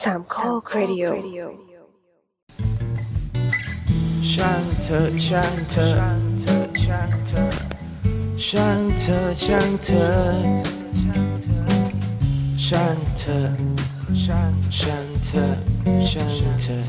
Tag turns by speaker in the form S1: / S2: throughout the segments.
S1: สามข้อครดิโอ
S2: ช่างเธอช่างเธอช่างเธอช่างเธอช่างเธอช่างเธอช่างเธอช่างเธอช่างเธอ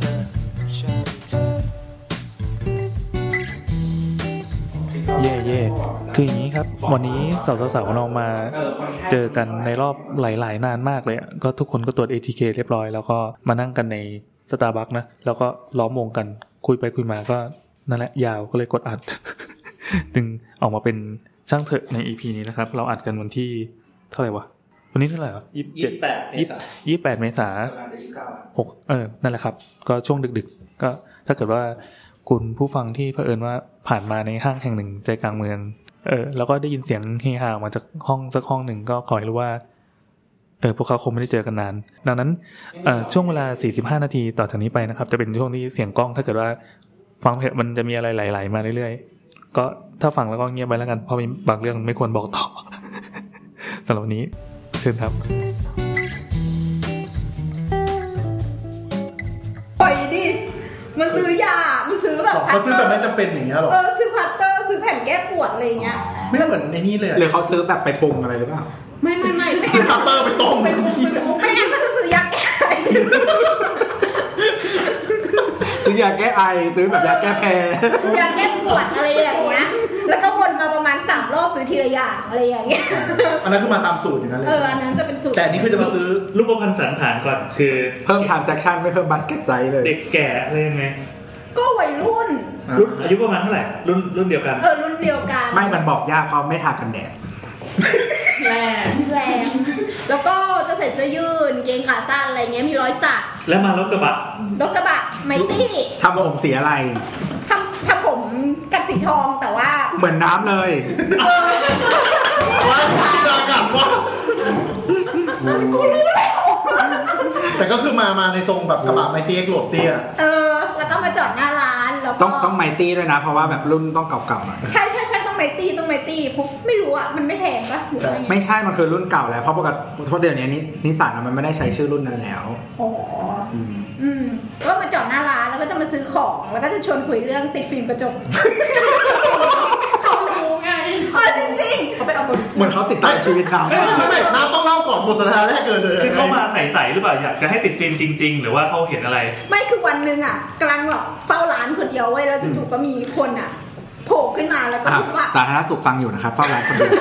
S2: เย่คืออย่างนี้ครับวันนี้สาวๆของเรามาเจอกันในรอบหลายๆนานมากเลยก็ทุกคนก็ตรวจ ATK เรียบร้อยแล้วก็มานั่งกันใน Starbucks นะแล้วก็ล้อมวงกันคุยไปคุยมาก็นั่นแหละยาวก็เลยกดอัด จึงออกมาเป็นช่างเถอะใน EP นี้นะครับเราอัดกันวันที่เท่าไหร่วะวันนี้เท่าไหร่วะ28 เมษายน6นั่นแหละครับก็ช่วงดึกๆก็ถ้าเกิดว่าคุณผู้ฟังที่เผอิญว่าผ่านมาในห้างแห่งหนึ่งใจกลางเมืองแล้วก็ได้ยินเสียงเฮฮาออกมาจากห้องสักห้องหนึ่งก็ขอให้รู้ว่าพวกเขาคงไม่ได้เจอกันนานดังนั้นช่วงเวลา45นาทีต่อจากนี้ไปนะครับจะเป็นช่วงที่เสียงกล้องถ้าเกิดว่าฟังเพลงมันจะมีอะไรไหลๆมาเรื่อยๆก็ถ้าฟังแล้วก็เงียบไปแล้วกันเพราะมีบางเรื่องไม่ควรบอกต่อ สำหรับวันนี้เชิญครับ
S3: ปล่อยดิมันซื้อยามันซื้อแบบ
S4: เขาซื้อแบบไม่จำเป็นอย่างเงี้ยหรอ
S3: ซื้อพัตเตอร์ซื้อแผ่นแก้ปวดอะไรเงี้ย
S4: ไม่เหมือนในนี่เลย
S5: หรือเขาซื้อแบบไปปรุงอะไรหรือเปล่า
S3: ไม่
S4: ซื้อพัตเตอร์ไปต้ม
S3: ไม่งั้นก็จะซื้อยาแก้ไอ
S5: ซื้อยาแก้ไอซื้อแบบยาแก้แพ้
S3: ยาแก้ปวดอะไรอย่างเงี้ยแล้วก็วนมาประมาณ3รอบซื้อทีละอย่างอะไรอย่างเงี้ย
S4: อันนั้นคือมาตามสูตรอย่างนั้นเลย
S3: อันนั้นจะเป็นสูตร
S4: แต่นี่คือจะมาซื้อ
S6: รูปพรรณสันฐานก่อนคือ
S5: เพิ่ม transaction ไม่เพิ่ม basket size เลย
S6: เด็กแก่อะไรยังไง
S3: ก็วัยรุ่น
S6: อายุประมาณเท่าไหร่รุ่นเดียวกัน
S3: รุ่นเดียวกัน
S5: ไม่มันบอกยากเพราะไม่ทากันแดด
S3: แรงแล้วก็จะใส่เสื้อยืดเกงขาสั้นอะไรเงี้ยมีรอยสัก
S6: แล้วมารถกระบะ
S3: ไมตี้
S5: ทำผมสีอะไร
S3: ทำผมกัดสีทองแต่ว่า
S5: เหมือนน้ำเลย
S4: ว่าจินตนาการว่า
S3: กูรู้แล้ว
S4: แต่ก็คือมาในทรงแบบกระบะไมตี้โหลดเตี้ย
S3: แล้วก็มาจอดหน้าร้านแล้วก็
S5: ต้องไมตี้ด้วยนะเพราะว่าแบบรุ่นต้องเก่าๆหน่อย
S3: ใช่ต้องไมตี้ปุ๊บไม่รู้อ่ะมันไม่แพงปะ
S5: ไม่ใช่มันคือรุ่นเก่าแล้วเพราะปกติเดี๋ยวนี้นิสสันมันไม่ได้ใช้ชื่อรุ่นนั้นแล้ว
S3: ก็มาจอดหน้าร้านแล้วก็จะมาซื้อของแล้วก็จะชวนคุยเรื่องติดฟิล์มกระจกเขารู้ไงจริงๆเขาไปเอาคน
S5: เหมือนเขาติดตามชีวิตน้ำ
S4: ไม่น้ำต้องเล่าก่อนบทสนทนาแรกเกินเลย
S6: คือเขามาใส่หรือเปล่าอยากจะให้ติดฟิล์มจริงๆหรือว่าเขาเห็นอะไร
S3: ไม่คือวันนึงอ่ะกำลังแบบเฝ้าร้านคนเดียวไว้แล้วจู่ๆก็มีคนอ่ะโผล่ขึ้นมาแล้วก็พูดว่า
S5: สาธารณสุขฟังอยู่นะครับเฝ้าร้านคนเดียว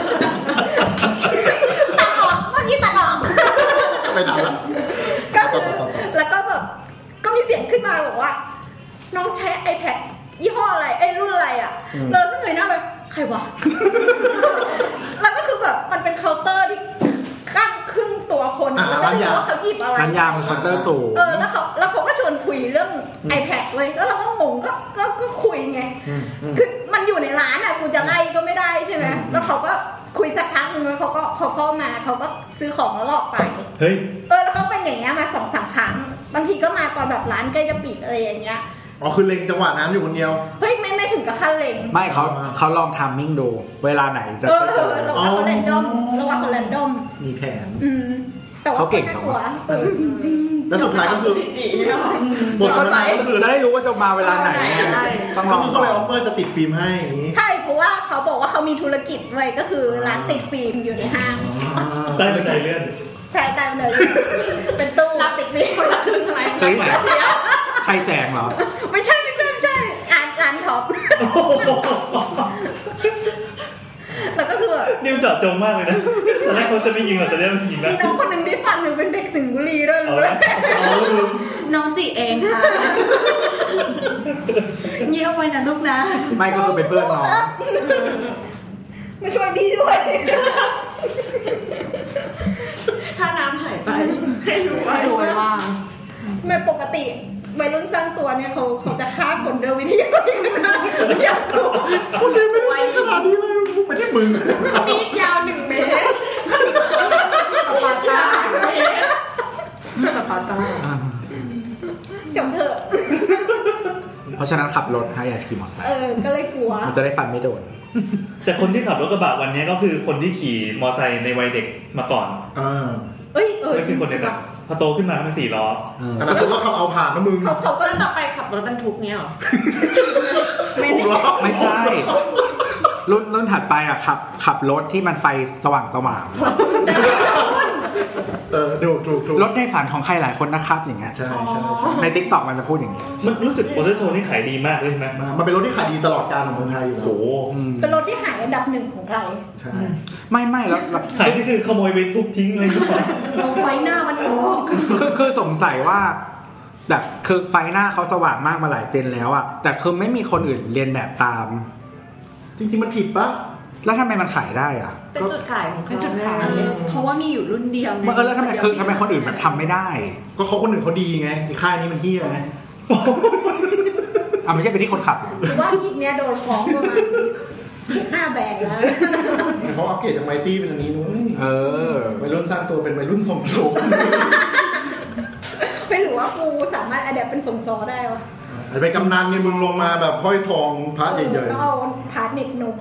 S3: ตัดออกเมื่อกี้ตัดออก
S4: ไปไหนล่ะ
S3: ก็แล้วก็แบบก็มีเสียงขึ้นมาบอกว่าน้องใช้ iPad ยี่ห้ออะไรรุ่นอะไรอ่ะเราก็เงยหน้าไปใครวะแล้วก็คือแบบมันเป็นเคาน์เตอร์ที่กั้นครึ่งตัวคนแล้วก็รู้ว่าเขาหยิบอะไร
S5: ร้านยามันเคาน์เตอร์สูง
S3: แล้วเขาก็ชวนคุยเรื่อง iPad เว้ยแล้วเราก็งงก็คุยไงคือมันอยู่ในร้านอ่ะกูจะไล่ก็ไม่ได้ใช่ไหมแล้วเขาก็คุยสักพักนึงแล้วเขาก็พอเข้ามาเขาก็ซื้อของแล้วออกไป
S6: เฮ้ย
S3: แล้วเขาเป็นอย่างเงี้ยมา 2-3 ครั้งบางทีก็มาตอนแบบร้านใกล้จะปิดอะไรอย่างเงี้ย
S4: คือเล็งจังหวะน้ำอยู่คนเดียว
S3: เฮ้ยไม่ถึงกับขั้นเล็ง
S5: ไม่เขาลองทำมิ่งดูเวลาไหนจะ
S3: เราว่าเขาแรนดอม
S4: มีแผน
S3: แต่ว่าเขาเก่งกว่าจริงๆ
S4: แล้วสุดท้ายก็คือบทสนทนาก็คือ
S5: จะได้รู้ว่าจะมาเวลาไหน
S4: ต้องลองเขาเลยออฟเฟอร์จะติดฟิล์มให้
S3: ใช่เพราะว่าเขาบอกว่าเขามีธุรกิจไว้ก็คือร้านติดฟิล์มอยู่ในห้าง
S6: ใต้บันไดเลื่อน
S3: ใช่ใต้บันไดเลื่อนเป็นตู้รับติดฟิล์มคนละครึ่งอะไร
S5: เคยไหมใช่แสงเหรอ
S3: ไม่ใช่ร้านท็อปแล้วก็คือ
S6: นิวเจาะจงมากเลยนะตอนแรกเขาจะไม่ยิงหรอกแต่เรื่องยิงแล้ว
S3: มีน้องคนหนึ่งที่ฟังหนึ่งเป็นเด็กสิงห์บุรีด้วยรู้แล้วน้องจีเองค่ะเงียบไว้นะลูกนะ
S5: ไม่ก็คือเป็นเพื่อนน้อง
S3: มาช่วยพี่ด้วย
S1: ถ้าน้ำหายไปให้รู้ว่า
S3: ไม่ปกติวัยรุ่นสร้างตัวเนี่ยเขาจะฆ่าคนด้วยวิธีอะไรนะอยากรู้
S4: คนเดียวไม่ได้ขนาดนี้เลยไม่ใช่มึง
S1: มีดยาว1 เมตรสปาร์ตา
S3: จำเถอะ
S5: เพราะฉะนั้นขับรถให้อย่าขี่มอเตอร์ไซค์
S3: ก็เลยกลัว
S5: มันจะได้ฟันไม่โดน
S6: แต่คนที่ขับรถกระบะวันนี้ก็คือคนที่ขี่มอเตอร์ไซค์ในวัยเด็กมาก่อน
S3: ไม่ใช่คนเด็กอะ
S6: พอโตขึ้นมาเป็น4 ล้อ
S4: อันนั้นคือว่าเขาเอาผ่านนะมึง
S1: เขาก็ต่อไปขับรถบรรทุกเนี่ยหรอ
S5: ไม่ใช่รุ่นถัดไปอ่ะขับรถที่มันไฟสว่าง
S4: ถูก
S5: รถในฝันของใครหลายคนนะครับอย่างเงี้ย
S4: ใช่
S5: ใน TikTok มันจะพูดอย่างนี้
S6: มันรู้สึกมอเตอร์โชว์นี่ขายดีมากเลยใช่ไหม
S4: มันเป็นรถที่ขายดีตลอดกาลของเมืองไทยอยู่แล้ว
S6: โอ้โห
S3: เป็นรถที่หายอันดับ1ของไทย
S4: ใช่
S5: ไม่แล้ว
S6: ขายที่คือขโมยไปทุบทิ้งเลยหรือเปล่า
S3: ไฟหน้ามันออก
S5: คือสงสัยว่าแบบคือไฟหน้าเขาสว่างมากมาหลายเจนแล้วอ่ะแต่คือไม่มีคนอื่นเรียนแบบตาม
S4: จริงๆมันผิดปะ
S5: แล้วทำไมมันขายได้อ่ะ
S1: เป็นจุดขายของเขา
S3: จุดขายเพราะว่ามีอยู่รุ่นเดียว
S5: แล้วทำไมคนอื่นแบบทำไม่ได้
S4: ก็เขาคนอื่นเขาดีไงไอ้ค่ายนี้มันเหี้ยไง
S5: ไม่ใช่ไปที่คนขับ
S3: หรือว่าคลิปเนี้ยโดนฟ้องประมาณ5 แบรนด์แล้ว
S4: เขาอัปเกรดจากไมตี้เป็นอันนี้นู้นวัยรุ่นสร้างตัวเป็นวัยรุ่นสมโชค
S3: ไม่รู้ว่ากูสามารถอะแดปเป็นสมซอได้วะ
S4: ไปกำนันเนี่ยมึงลงมาแบบห้อยทองพระใหญ่ๆ
S3: ต้องเอาพาเน็กนม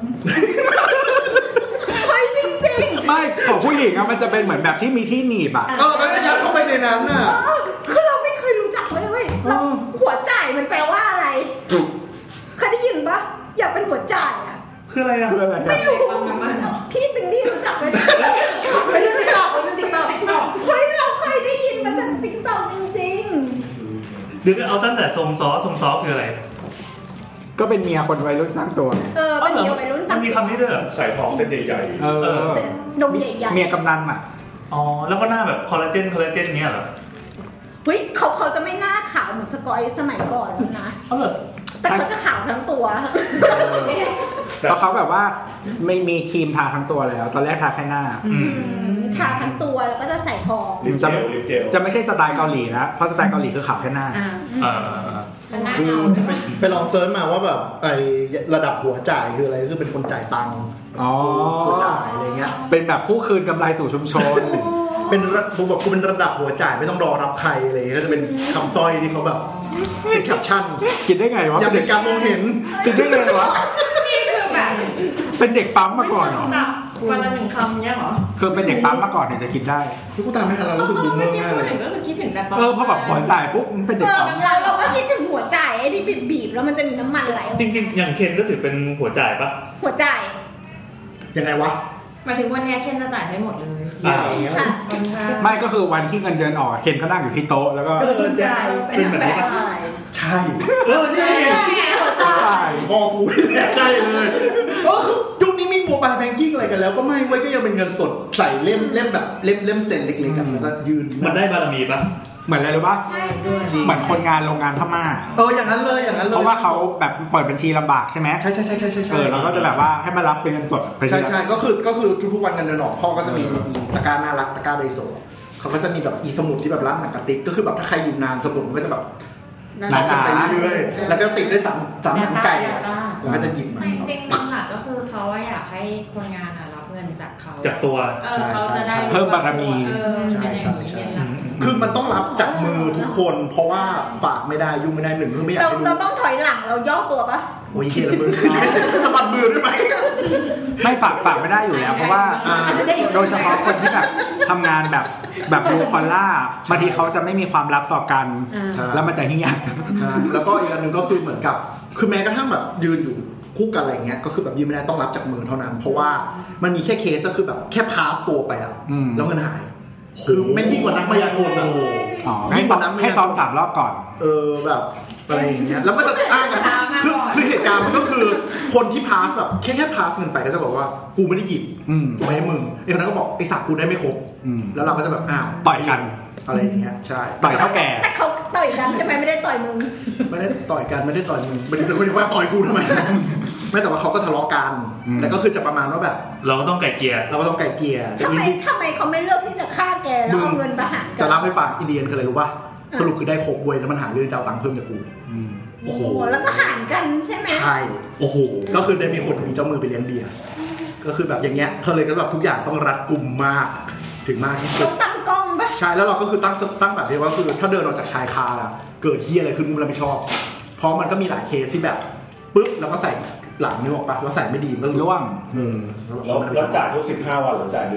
S3: เฮ้ยจริง
S5: ๆไม่ของผู้หญิงอะมันจะเป็นเหมือนแบบที่มีที่หนีบอะ
S4: แล้วจะยัดเข้าไปในนั้นน่ะ
S3: คือเราไม่เคยรู้จักเว้ยเราหัวจ่ายมันแปลว่าอะไรเคยได้ยินปะอยากเป็นหัวจ่ายอะ
S6: คืออะไรอะ
S3: ไม่รู้พี่ถึงนี่รู้จักไหมไม่รู้ติ๊กต็อกเฮ้ยเราเคยได้ยินมาจากติ๊กต็อกจริง
S6: เดี๋ยวเอาตั้งแต่ทรงซ้อคืออะไร
S5: ก็เป็นเมียคนวัยรุ่นสร้างตัว
S3: เป็นเมียวัยรุ่นสร้างตัว
S6: มีคำนี้ด้วยเหรอ
S7: ใส่ทองเส้นใหญ่
S3: ๆนมใหญ่
S5: ๆเมียกำนันอ่ะ
S6: แล้วก็หน้าแบบคอลลาเจนเงี้ยเหรอ
S3: เฮ้ยเขาจะไม่หน้าขาวเหมือนสกอยสมัยก่อนแล้วนะแต่เขาจะขาวทั้งตัว
S5: เพราะเขาแบบว่าไม่มีครีมทาทั้งตัวแล้วตอนแรกทาแค่หน้า
S3: ทาทั้งตัวแล้วก็จะใส่ทอง
S5: จะไม่ใช่สไตล์เกาหลีนะเพราะสไตล์เกาหลีคือขาวแค่หน้า
S4: คือไปลองเซิร์ชมาว่าแบบไอระดับหัวจ่ายคืออะไรคือเป็นคนจ่ายตังค์หัวจ่ายอะไรเงี้ย
S5: เป็นแบบคู่คืนกำไรสู่ชุมชน
S4: เป็นผมบอกกูเป็นระดับหัวจ่ายไม่ต้องรอรับใครอะไรก็จะเป็นคำสร้อยที่เขาแบบเป็นแคปชั่น
S5: คิดได้ไงวะ
S4: อย่างเด็กการมองเห็น
S5: คิดได้ไงวะ
S1: นี่คือแบบ
S5: เป็นเด็กปั๊มมาก่อนเหรอ
S1: วันละ1 คำเนี่ยหรอ
S5: คือเป็นเด็กปั๊มมาก่อนถึงจะคิดได้
S4: คือกูตามไม่ทันเรารู้สึกบูมเมอร์มากเลย
S1: ก็คิดถึงแต่
S5: พอแบบหัวจ่ายปุ๊บมันเป็นเด็กปั๊ม
S3: เราก็คิดถึงหัวจ่ายไอ้ที่บีบแล้วมันจะมีน้ำมันไหล
S6: จริงๆอย่างเคนก็ถือเป็นหัวจ่ายปะ
S3: หัวจ่าย
S4: ยังไงวะ
S1: หมายถึงวันนี้เคนจะจ่ายให้หมดเลย
S5: ไม่ก็คือวันที่เงินเดือนออกเคนก็นั่งอยู่ที่โต๊ะแล้วก็
S1: จ่ายเป็นแบบ
S4: ใช่
S3: นี่
S4: พ่อกูใช่เลยยุคนี้มีโมบายแบงกิ้งอะไรกันแล้วก็ไม่ไว้ก็ยังเป็นเงินสดใส่เล่มแบบเล่มเซ็นเล็กๆกันแล้วก็ยืน
S6: มันได้บารมีปะ
S5: เหมือนอะไรรู้ป่ะเหมือนคนงานโรงงานพม่า
S4: อย่างนั้นเลย
S5: เพราะว่าเขาแบบเปิดบัญชีลำบากใช่ไหม
S4: ใช่
S5: เราก็จะแบบว่าให้มารับเป็นเงินสด
S4: ใช่ก็คือทุกๆวันเงินเดือนออกพ่อก็จะมีตะกร้าน่ารักตะกร้าไดโซเขาก็จะมีแบบอีสมุดที่แบบรัดหนังกระติกก็คือแบบถ้าใครอยู่นานสมุดมันก็จะแบบหนาไปเรื่อยๆแล้วก็ติดด้วย3หนังไก่แล้วก็จะหยิบมา
S1: จริงๆหลักก็คือเขาอยากให้คนงานรับเงินจากเขา
S6: จากตัว
S1: เขาจะได้
S5: เพิ่มบารมี
S4: ใช่คือมันต้องรับจากมือทุกคนเพราะว่าฝากไม่ได้ยุ่งไม่ได้1คือไม่อยากให้
S3: เราต้องถอยหลังเราย่อตัวปะ
S4: โอ้ยเฮียละมือสะบัดมือได้ไหม
S5: ไม่ฝากไม่ได้อยู่แล้วเพราะว่าโดยเฉพาะคนที่แบบทำงานแบบบลูคอลล่าบางทีเขาจะไม่มีความลับต่อกันแล้วมันจะเฮี้ย
S4: แล้วก็อีกอันนึงก็คือเหมือนกับคือแม้กระทั่งแบบยืนอยู่คู่กันอะไรเงี้ยก็คือแบบยืนไม่ได้ต้องรับจากมือเท่านั้นเพราะว่ามันมีแค่เคสก็คือแบบแค่พาสตัวไปอะแล้วเงินหายคือไม่ยิ่งกว่านักมายากลนะ
S5: ให้ซ้อม3 รอบก่อน
S4: แบบอะไรอย่างเงี้ยแล้วก็จะอ้างกันคือเหตุการณ์มันก็คือคนที่พาสแบบแค่พาสเงินไปก็จะบอกว่ากูไม่ได้หยิบกูไม่ให้มึงไอ้คนนั้นก็บอกไอ้สักกูได้ไม่ครบแล้วเราก็จะแบบ
S5: ต่อยกัน
S4: อะไรอย่างเงี้ยใช่
S5: ต่อยเท่าแก่
S3: แต่เขาต่อยกันใช่ไหมไม่ได้ต่อยมึง
S4: ไม่ได้ต่อยกันไม่ได้ต่อยมึงไม่ได้คนที่ว่าต่อยกูทำไมไม่แต่ว่าเขาก็ทะเลาะกันแต่ก็คือจะประมาณว่าแบบ
S6: เราก็ต้องไกลเกลี่ย
S3: ทำไมเขาไม่เลือกที่จะฆ่าแกแล้วเอาเงินมาหาร
S4: จะรับให้ฟังอินเดียนคืออะไรรู้ป่ะสรุปคือได้ครบเว้ยแล้วมันหาเรื่องจะเอาตังค์เพิ่มจากกู
S3: โอ้โหแล้วก็หารกันใช่ไหม
S4: ใช่โอ้โหก็คือได้มีคนมีเจ้ามือไปเลี้ยงเบียร์ก็คือแบบอย่างเงี้ยเขาเลยก็แบบทุกอย่างต้องรัดกุมมากถึงมากที่สุด
S3: ตั้งกล้องป่ะ
S4: ใช่แล้วเราก็คือตั้งแบบนี้ว่าคือถ้าเดินออกจากชายคาอะเกิดเหี้ยอะไรขึ้นมึงรับผิดชอบเพราะมันก็มีหลายเคสที่แบบปึ๊บแล้วก็ใส่หลังนี่ออกปะแล้วใส่ไม่ดีก็
S5: ร่วง
S7: แล้วจ่ายทุก15 วันหรือจ่ายเดือน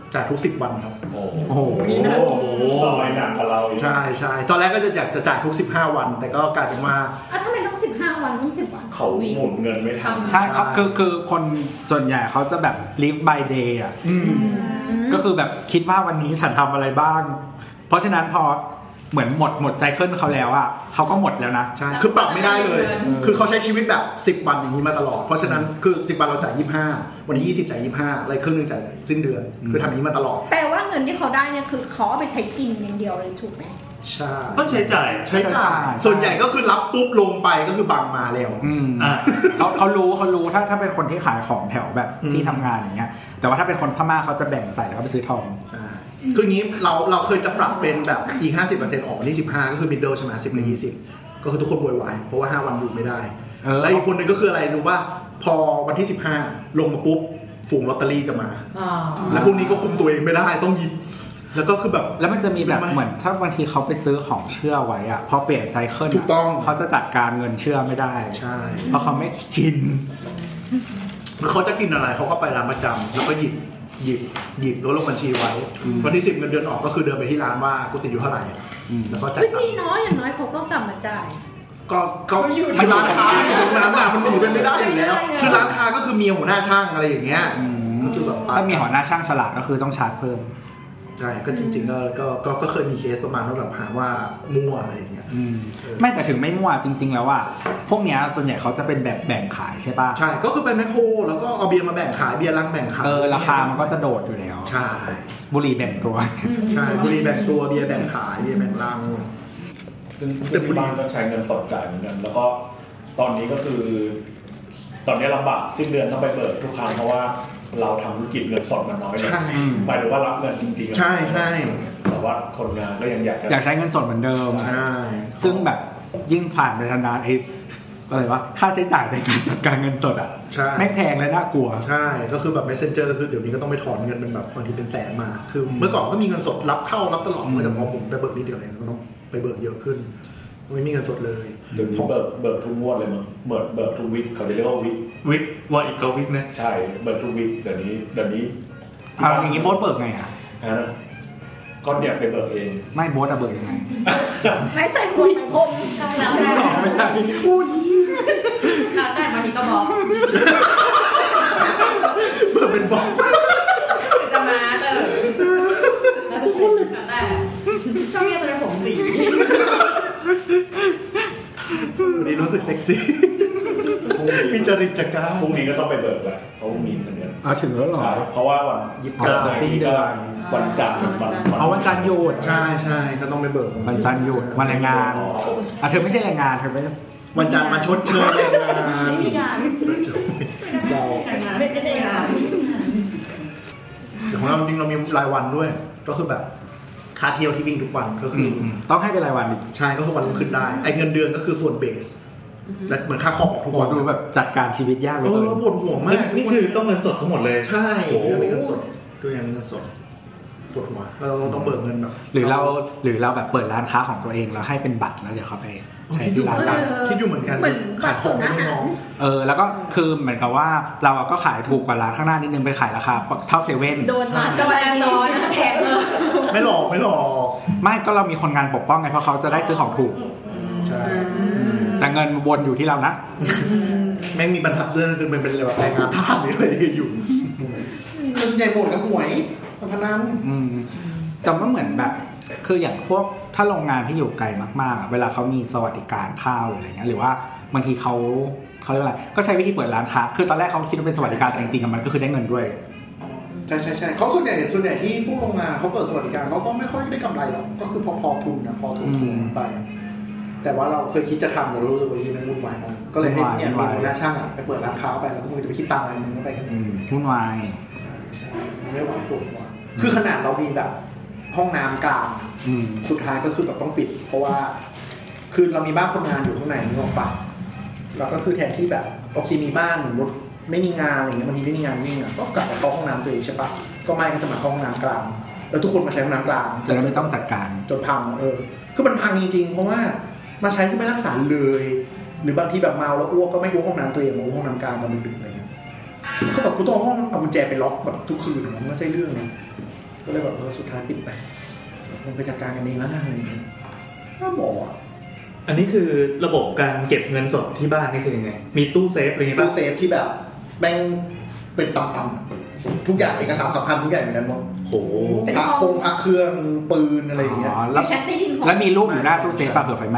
S4: จ่ายทุก10วันครับ
S6: โอ้โห
S5: โอ้โห
S6: ซอยหนักกับเราอีก
S4: ใช่ตอนแรกก็จะอยากจะจ่ายทุก15วันแต่ก็กลายเป็นว่า
S3: ทำไมต้อง15วันต้อง10วัน
S6: เขาหมุนเงินไม่ทัน
S5: ใช่ครับคือคนส่วนใหญ่เขาจะแบบ live by day อ่ะก็คือแบบคิดว่าวันนี้ฉันทำอะไรบ้างเพราะฉะนั้นพอเหมือนหมดไซเคิลเขาแล้วอ่ะเขาก็หมดแล้วนะ
S4: ใช่คือปรับไม่ได้เลยคือเขาใช้ชีวิตแบบ10วันอย่างนี้มาตลอดเพราะฉะนั้นคือ10วันเราจ่าย25วันที่20จ่าย25อะไรครึ่งนึงจ่ายสิ้นเดือนคือทำอย่างนี้มาตลอด
S3: แปลว่าเงินที่เขาได้เนี่ยคือเขาเอาไปใช้กินอย่างเดียวเลยถูกไหม
S4: ใช่
S6: ก็ใช้จ่าย
S4: ส่วนใหญ่ก็คือรับปุ๊บลงไปก็คือบังมาแล้ว
S5: เขารู้ถ้าเป็นคนที่ขายของแถวแบบที่ทำงานอย่างเงี้ยแต่ว่าถ้าเป็นคนพม่าเขาจะแบ่งใส่แล้วก็ไปซื้อทอง
S4: ใช่คืออย่างนี้เราเคยจะปรับเป็นแบบอีก 50% ออกวันที่15ก็คือ middle ใช่ไหม10 กับ 20ก็คือทุกคนโวยวายเพราะว่า5วันอยู่ไม่ได้แล้วอีกคนนึงก็คืออะไรรู้ว่าพอวันที่15ลงมาปุ๊บฝูงลอตเตอรี่จะมาแล้วพวกนี้ก็คุมตัวเองไม่ได้ต้องหยิบแล้วก็คือแบบ
S5: แล้วมันจะมีแบบเหมือนถ้าบางทีเขาไปซื้อของเชื่อไว้อะพอเปลี่ยนไซเคิล
S4: ถูกต้อง
S5: เขาจะจัดการเงินเชื่อไม่ได้
S4: ใช่
S5: เพราะเขาไม่ชิน
S4: เขาจะกินอะไรเขาก็ไปร้านประจำแล้วก็หยิบแล้วลงบัญชีไว้วันที่10เงินเดือนออกก็คือเดินไปที่ร้านว่ากูติดอยู่เท่าไหร่แล้วก็จ่าย
S3: ดีเนาะอย่างน้อยเขาก็กลับมาจ่าย
S4: ก็คือร้านค้าอยู่ตรงนั้นมันหนีเป็นไม่ได้อยู่แล้วคือร้านค้าก็คือเมียหัวหน้าช่างอะไรอย่างเงี้ยก็คือแบบ
S5: ถ้ามีหัวหน้าช่างฉลาดก็คือต้องชาร์จเพิ่ม
S4: ใช่ก็จริงๆก็เคยมีเคสประมาณว่าแบบหาว่ามั่วอะไรอย่างเงี้ย
S5: ไม่แต่ถึงไม่มั่วจริงๆแล้วว่าพวกเนี้ยส่วนใหญ่เขาจะเป็นแบบแบ่งขายใช่ป่ะ
S4: ใช่ก็คือไปแมคโครแล้วก็เอาเบียร์มาแบ่งขายเบียร์ลังแบ่งขาย
S5: ราคามันก็จะโดดอยู่แล้ว
S4: ใช่
S5: บุหรี่แบ่งตัว
S4: ใช่บุหรี่แบ่งตัวเบียร์แบ่งขายเบียร์แบ่งลัง
S6: ซึ่งที่บ้านก็ใช้เงินสดจ่ายเหมือนกันแล้วก็ตอนนี้ก็คือตอนนี้ลำบากสิ้นเดือนต้องไปเปิดทุกครั้งเพราะว่าเราทำธุรกิจเงินสดมันน้อยลงหมายถึงว่ารับเงินจริงๆ
S4: ใช่
S6: แต่ว่าคนงานก็ยัง
S5: อยากใช้เงินสดเหมือนเดิม
S4: ใช่
S5: ซึ่งแบบยิ่งผ่านไปนานๆไอ้อะไรวะค่าใช้จ่ายในการจัดการเงินสดอ่ะไม่แพงและน่ากลัว
S4: ใช่ก็คือแบบ Messenger คือเดี๋ยวนี้ก็ต้องไปถอนเงินเป็นแบบบางทีเป็นแสนมาคือเมื่อก่อนก็มีเงินสดรับเข้ารับตลอดแต่พอผมไปเบิกนิดเดียวเองก็ต้องไปเบิกเยอะขึ้นไม่มีเงินสดเลย
S6: เดี๋ยวนี้เบิกทุกงวดเลยมั้งเบิกทุกวิกเขาจะเรียกว่าวิกว่าอีกก็วิกนะใช่เบิกทุกวิกเดี๋ยวนี้
S5: เอาอย่างงี้โบ๊ทเบิกไงอ่ะ
S6: ก็เนี่ยไปเบิกเอง
S5: ไม่โบ๊ทเบิกยังไง
S3: ไม่ใส่หมวกไหมผมใช่แล้ว
S5: ไม่ใช่
S3: พูดแต่บางทีก็บอก
S4: เบิกเป็นบอก
S3: จะมาแต่ชอบเรียกตัวผมสี
S4: วันนี้รู้สึกเซ็กซี่มีจริตจักร
S6: พรุ่งนี้ก็ต้องไปเบิกแล้วเพราะพรุ่งนี้เหมือนกัน
S5: ถึงแล้วหรอ
S6: เพราะว่าวัน29สิ้นเดือนวันจันทร์
S5: วันจันทร์หยุด
S4: ใช่ก็ต้องไปเบิก
S5: วันจันทร์หยุดวันแรงงานเธอไม่ใช่แรงงานเธอไม่
S4: วันจันทร์มาชดเชยแรงงาน
S3: ไม่ใช่งานไม่ใช่งาน
S4: ของเราจริงเรามีรายวันด้วยก็คือแบบค่าเที่ยวที่วิ่งทุกวันก็คือ
S5: ต้องให้เป็นรายวัน
S4: ใช่ก็คือวันขึ้นได้ไอ้เงินเดือนก็คือส่วนเบสและเหมือนค่าคอมออกทุกวัน
S5: ดูแบบจัดการชีวิตยากเลย
S4: ปวดหัวมาก
S6: นี่คือต้องเงินสดทั้งหมดเลย
S4: ใช่เงินสดคืออย่างเงินสดปวดหัวเราต้องเบิกเงินแบบ
S5: หรือเราแบบเปิดร้านค้าของตัวเองแล้วให้เป็นบัตรแล้วเดี๋ยวเขาไป
S4: ใช้ที่ร้านคิดอยู่เหมือนกัน
S3: ขายของให้น้อง
S5: แล้วก็คือเหมือนกับว่าเราก็ขายถูกกว่าร้านข้างหน้านิดนึงไปขายราคาเท่าเซเว่น
S3: โดนมาโดนแถม
S4: ไม่หลอก
S5: ไม่ก็เรามีคนงานปกป้องไงเพราะเขาจะได้ซื้อของถูก
S4: ใช่
S5: แต่เงินวนอยู่ที่เรานะ
S4: แม่งมีบรรทัดเรื่องคือมันเป็นแบบแรงงานทาสหรืออะไรอยู่มันใหญ่หมดกับหวยพนัน
S5: แต่ว่าเหมือนแบบคืออย่างพวกถ้าโรงงานที่อยู่ไกลมากๆเวลาเขามีสวัสดิการข้าวหรืออะไรเงี้ยหรือว่าบางทีเขาเรียกว่าอะไรก็ใช้วิธีเปิดร้านค้าคือตอนแรกเขาคิดว่าเป็นสวัสดิการแต่จริงๆมันก็คือได้เงินด้วย
S4: ใช่เขาส่วนใหญ่ที่ผู้โรงงานเขาเปิดสวัสดิการเขาก็ไม่ค่อยได้กำไรหรอกก็คือพอทุนนะพอทุนไปแต่ว่าเราเคยคิดจะทำแต่รู้สึกว่ามันวุ่นวายมากก็เลยให้เนี่ยมีหัวหน้าช่างไปเปิดร้านค้าไปแล้วก็มึงจะไปคิดตังค์อะไรมึงก็ไปกัน
S5: วุ่นวาย
S4: ใช่ไม่หวังปวดหัวคือขนาดเรามีแบบห้องน้ำกลางสุดท้ายก็คือแบบต้องปิดเพราะว่าคือเรามีบ้านคนงานอยู่ข้างในนี่ออกปะเราก็คือแทนที่แบบโอเคมีบ้านหรือไม่มีงานอะไรเงี้ยบางทีไม่มีงานวิ่งอ่ะก็กลับมาเข้าห้องน้ำตัวเองใช่ปะก็ไม่ก็จะมาเข้าห้องน้ำกลางแล้วทุกคนมาใช้ห้องน้ำกลาง
S5: แต่เราไม่ต้องจัดการ
S4: จนพังคือมันพังจริงๆเพราะว่ามาใช้ก็ไม่รักษาเลยหรือบางทีแบบเมาแล้วอ้วกก็ไม่รู้ห้องน้ำตัวเองมาห้องน้ำกลางตอนดึกๆอะไรเงี้ยเขาแบบกูต้องห้องเอากุญแจไปล็อกแบบทุกคืนมันไม่ใช่เรื่องนะก็เลยแบบสุดท้ายปิดไปมันไปจัดการกันเองแล้วกันอะไรอย่างเงี้ยถ้าหมอ
S2: อันนี้คือระบบการเก็บเงินสดที่บ้านนี่คือยังไงมีตู้เซฟอะไรเงี้ย
S4: ตู้เซฟที่แบบแม่งเป็นตับๆทุกอย่างเอกสารสำคัญทุกอย่างอยู่ในนั้นหมด
S2: โห
S4: พระเครื่องปืนอะไรอย่างเงี้ย
S5: แล้วมีรูปอยู่หน้าตู้เซฟป่ะเผื่อไฟไหม้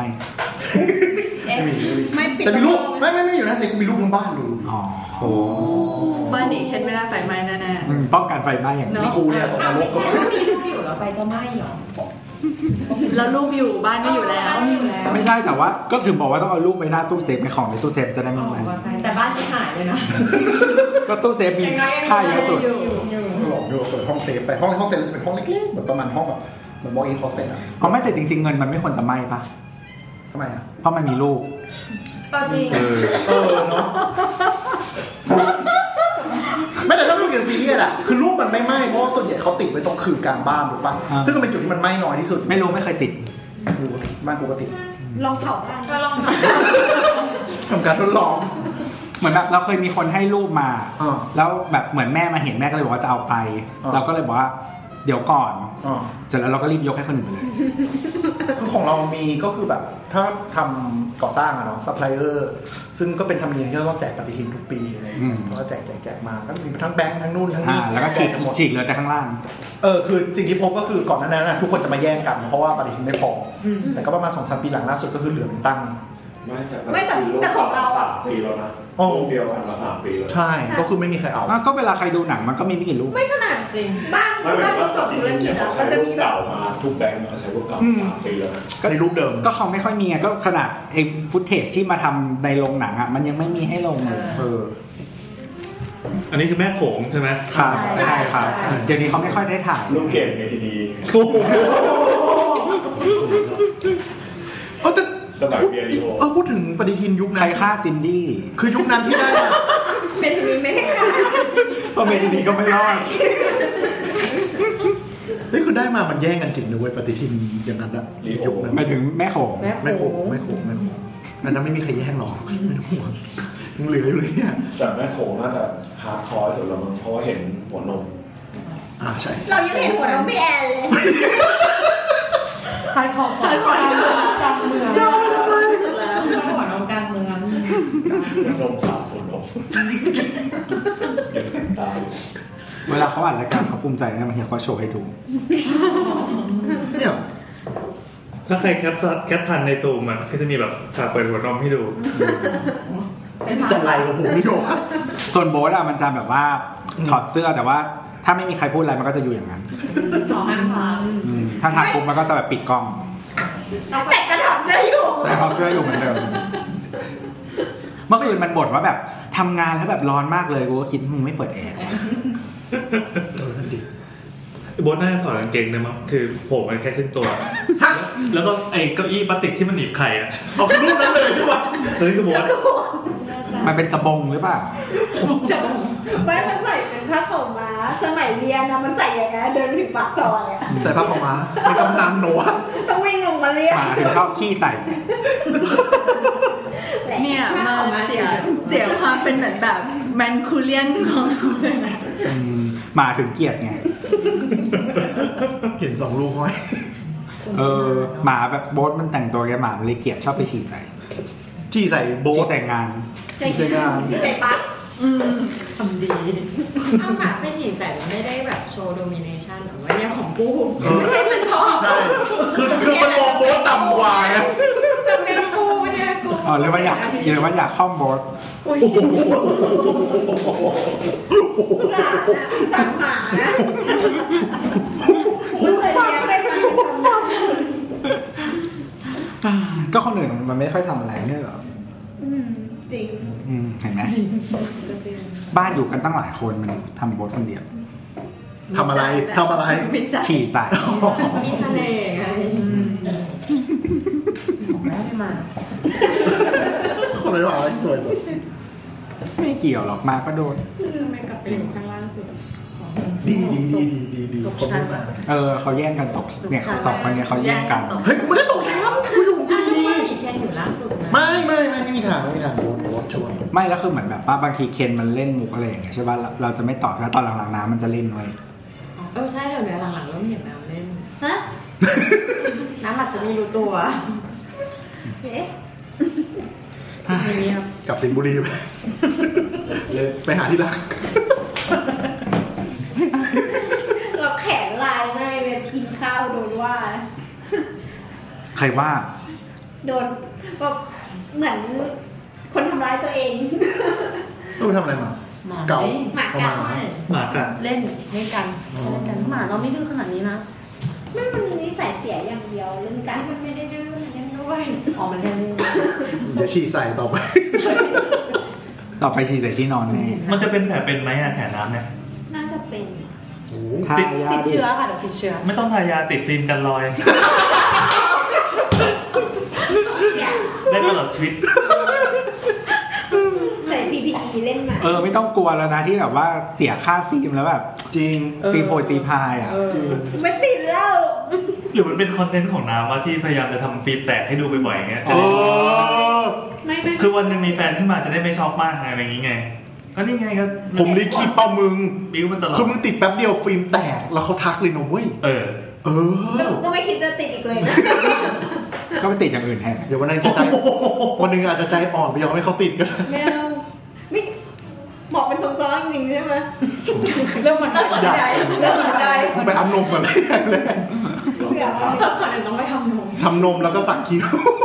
S3: ไม่ปิด
S4: แต่มีรูปไม่อยู่นะเซฟมีรูปทั้งบ้านดู
S5: อ๋อโห
S3: บ้านนี้เช็ดไม่ได้ไฟไหม้แน่
S5: ๆป้องกันไฟไหม้อย่างนี้
S4: กูเนี่ยตกนรกเขา
S1: มีรูปอยู่แล้วไฟจะไหม้หรอ
S3: แล้วรูปอยู่บ้านไม่อยู่แล้ว
S5: ไม่ใช่แต่ว่าก็ถึงบอกว่าต้องเอารูปไปหน้าตู้เซฟในของในตู้เซฟจะได้ไม่ไหม้
S1: แต่บ้านชิบหายเลยนะ
S5: ก็ตู้เซฟมีค่าเยอะสุด
S4: หลอกดูเปิดห้องเซฟไปห้องเซฟจะเป็นห้องเล็กๆเหมือนประมาณห้องแบบเหมือน walk-in closet อ่ะ
S5: อ๋อไม่แต่จริงๆเงินมันไม่ควรจะไหม้ปะ
S4: ทำไมอ่ะ
S5: เพราะมันมีรูป
S1: จริง
S4: เนาะไม่แต่ถ้าพูดกันซีเรียสอ่ะคือรูปมันไม่ไหม้เพราะส่วนใหญ่เขาติดไว้ตรงขื่อกลางบ้านถูกป่ะซึ่งมันเป็นจุดที่มันไหม้น้อยที่สุด
S5: ไม่รู้ไม่เคยติด
S4: บ้านปกติ
S3: ลองเผาบ้าน
S1: ลอง
S4: ทำการทดลอง
S5: เหมือนแบบเราเคยมีคนให้รูปมาแล้วแบบเหมือนแม่มาเห็นแม่ก็เลยบอกว่าจะเอาไปเราก็เลยบอกว่าเดี๋ยวก่อนเสร็จแล้วเราก็รีบยกให้คนอื่นไปเลย
S4: คือของเรามีก็คือแบบถ้าทำก่อสร้างอะเนาะซัพพลายเออร์ซึ่งก็เป็นธรรมเนียมที่เราต้องแจกปฏิทินทุกปีอะไรอย่างเงี้ยก็แจกมาก็มีทั้งแบงค์ทั้งนู่นทั้งนี่
S5: แล้วก็ฉีกเลยแต่ข้างล่าง
S4: คือสิ่งที่พบก็คือก่อนหน้านั้นนะทุกคนจะมาแย่งกันเพราะว่าปฏิทินไม่พอแต่ก็ประมาณ 2-3 ปีหลังล่าสุดก็คือเหลือเป็นตั้ง
S3: ไม่แต่ของเราอ่ะ
S6: ปีแล้วนะเดียวกันมา3 ปีแล้ว
S4: ใช่ก็คือไม่มีใครเอา
S5: ก็เวลาใครดูหนังมันก็มีไม่กี่รูป
S3: ไม่ขนาดจริงบ้านประสบธุรกิจอ่ะมันจะมีแบบ
S6: มาทุกแบงค์เขาใช้รูปเก่า3 ปีแล้วนะ
S4: ในรูปเดิม
S5: ก็เขาไม่ค่อยมีไงก็ขนาดไอ้ฟุตเทจที่มาทำในโรงหนังอ่ะมันยังไม่มีให้ลงเลย
S2: อันนี้คือแม่โขงใช่ไหม
S5: ครับใช่ครับเดี๋ยวนี้เขาไม่ค่อยได้ถ่าย
S6: รูปเก่งในทีดี
S4: พูดถึงปฏิทินยุคนั้น
S5: ใครฆ่าซินดี้
S4: คือยุคนั้นที่ได้
S3: เมทินีไม่ได้ฆ่า
S5: เพราะเมทินีก็ไม่รอด
S4: นี่คือได้มามันแย่งกันจริงนะเว้ยปฏิทินอย่างนั้นอะ
S5: ยุคนั้นหมายถึงแม่โขง
S4: อันนั้นไม่มีใครแย่งหรอกไม่ต้องห่วงยังเหลืออยู่เลยเนี่ย
S6: แต่แม่โขงน่าจะฮาร์ดคอร์สุดแล้วมั้งเพราะว่าเห็นหัวนม
S4: ใช่
S3: เรายังเห็นหัวนมพี่แอนเลย
S1: ขายของกลางเมืองเจ้าไม่ได้สุดแล้วหัวนมกลางเมือง
S6: นมสาวหัวนม
S5: เวลาเขาอ่านรายการเขาภูมิใจนะบางทีเขาโชว์ให้ดู
S4: เนี่ย
S2: ถ้าใครแคปทันในซูมก็จะมีแบบฉากเปิดหัวนมให้ดู
S4: จะไล่กับผมไม่ดู
S5: ส่วนโบ๊ทมันจะแบบว่าถอดเสื้อแต่ว่าถ้าไม่มีใครพูดอะไรมันก็จะอยู่อย่างนั้นถ้าทาปุ๊บมันก็จะแบบปิดกล้อง
S3: แต่กระถางเสื้ออยู่
S5: แต่เขาเสื้ออยู่เหมือนเดิมเมื่อคืนมันบ่นว่าแบบทำงานแล้วแบบร้อนมากเลยกูก็คิดมึงไม่เปิดแอร์
S2: โบ๊ทน่าจะถอดกางเกงนะมั้งคือโผล่มาแค่ครึ่งตัวแล้วก็ไอ้เก้าอี้พลาสติกที่มันหนีบไข่อะ
S4: เอารูปนั้นเลยใช่ป่ะ
S2: นี่คือโบ๊ท
S5: มันเป็นสบงหรือเปล่า
S3: ไม่มันใส่เป็นผ้าขาวม้าสมัยเรียนนะมันใส่อย่างเงี้ยเดินถึงปากซอยอ่ะ
S4: ใส่ผ้าขาวม้าเป็นกำนันหนู
S3: ต้องวิ่งลงมาเรียก
S5: ถึงชอบขี้ใส่
S3: เนี่ยมาเสียความเป็นแบบแมนคูเลียนของเราเลยนะ
S5: มาถึงเกียรติไง
S4: เห็น2 ลูกห้อย
S5: หมาแบบโบ๊ทมันแต่งตัวแกหมามันเลยเกียรติชอบไปฉี่ใส่
S4: โบ๊ท
S5: ใส่งาน
S3: ฉี่ใส่ปั๊ก
S1: ทำดีเอาหมาไปฉี่ใส่ไม่ได้แบบโชว์โดมิเนชั่นหรือว่าเนี่ยของกูไม่ใช่มันชอบ
S4: ใช่คือมันมองโบ๊ทต่ำกว่าไง
S1: สเปนกูเนี่ยกู
S5: หรือว่าอยากคล่อมโบ๊ท
S3: สั่งหมานะ
S5: ก็คนอื่นมันไม่ค่อยทำอะไรเนี่ยหรอ
S3: จริง
S5: เห็นไหมบ้านอยู่กันตั้งหลายคนมันทำโบ๊ทคนเดียว
S4: ทำอะไร
S5: ฉี่ใส่
S1: มีเสน่ห์ไงของแม่มา
S4: คนเลยว่าสวยสุด
S5: ไม่เกี่ยวหรอกมาก็โดน
S1: ไม่กลับไปอยู่ข้างล่างสุด
S4: ดี
S5: เขาแย่งกันตกเนี่ย2 คนเนี่ยเขาแย่งกัน
S4: เฮ้ยกูไม่ได้ตกชั้นกูอยู่
S1: ดีมีแค่อยู่ล่างสุดไง
S4: ไม่มีทางโบ๊ทช่วย
S5: ไม่แล้วคือเหมือนแบบว่าบางทีเคนมันเล่นมุกอะไรอย่างเงี้ยใช่ป่ะเราจะไม่ตอบแล้วตอนหลังๆน้ำมันจะเล่นไว้
S1: ใช่เดี๋ยวนี้หลังๆเริ่มเห็นน้ำเล่น
S3: ฮะ
S1: น้ำอาจจะไม่รู้ตัว
S3: เอ๊ะ
S4: กลับสิงห์บุรีไปหาที่รัก
S3: เราแขนลายไม่เลยกินข้าวโดนว่า
S5: ใครว่า
S3: โดนแบบเหมือนคนทำร้ายตัวเอง
S4: ต้องทำอะไรมาเก่า
S3: หมากัด
S1: เล่นกันหมาเราไม่ดื้อขนาดนี้นะ
S3: ไม่มันนิสัยเสียอย่างเดียวเล่นกัน
S1: มันไม่ได้ดื้อมันเล่นด้วยมันเล่น
S4: เดี๋ยวฉี่ใส่ต่อ
S5: ไปฉี่ใส่ที่นอนแน่
S2: มันจะเป็นแผลเป็นไหมอะแขนน้ำเนี่ย
S3: น่าจะเป็น
S1: ติดเชื้อค่ะเดี๋ยวติดเชื้อ
S2: ไม่ต้องทายาติดฟิล์มกันรอยได้ตลอดชีวิต
S3: ใส่ PPE เล่นมา
S5: ไม่ต้องกลัวแล้วนะที่แบบว่าเสียค่าฟิล์มแล้วแบบ
S4: จริง
S5: ตีโพยตีพายอ่ะ
S3: ไม่ติดแล้ว
S2: หรือมันเป็นคอนเทนต์ของน้ำว่าที่พยายามจะทำฟิล์มแตกให้ดูบ่อยๆอย่างเงี้ย
S3: ไม่
S2: คือวันนึงมีแฟนขึ้นมาจะได้ไม่ช็อกมากอะไรอย่างงี้ไงก็นี่ไงก็
S4: ผมรีคีเป้ามึง
S2: บิ้วมันตลอด
S4: คือมึงติดแป๊บเดียวฟิล์มแตกแล้วเขาทักเลยนะเว้ย
S3: ก็ไม่คิดจะติดอีกเลยนะ
S5: ก็ไปติดอย่างอื่นแทน
S4: เดี๋ยววันนึงวันนึงอาจจะใจอ่อนไปยอมให้เขาติดกัน
S3: ไม่บอกเป็นทรงซ้อนจริงใช่ไหม
S1: เริ่มมันใจ
S4: ไปอัพนมก่อนเลย
S1: ก่อนต้องไปท
S4: ำนมแล้วก็สักคิ้ว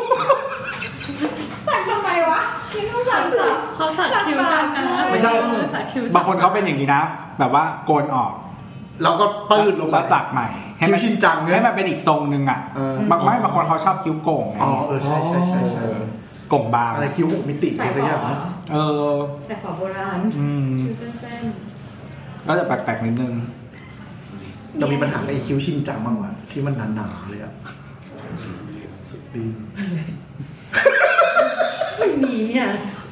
S3: สักทำไมวะไม่ต้องสัก
S1: เขาสักคิ้วกันนะ
S5: ไม่ใช่บางคนเขาเป็นอย่างนี้นะแบบว่าโกนออก
S4: แล้วก็ปืดลง
S5: มาสักใหม่
S4: คิ้วชินจัง
S5: ให้มันเป็นอีกทรงนึงอ่ะบางคนเขาชอบคิ้วโก่ง
S4: ใช่
S5: โก่งบาง
S4: อะไรคิ้ว6มิติอะไรอย่างเงี้ย
S1: ใส่ฝาโบราณคิ้วสั้น
S5: ๆก็จะแปลกๆนิดนึง
S4: เรามีปัญหาไอ้คิ้วชินจังมากกว่าที่มันหนาๆเลยอ่ะสุดดี
S1: ไม่มีเนี่ย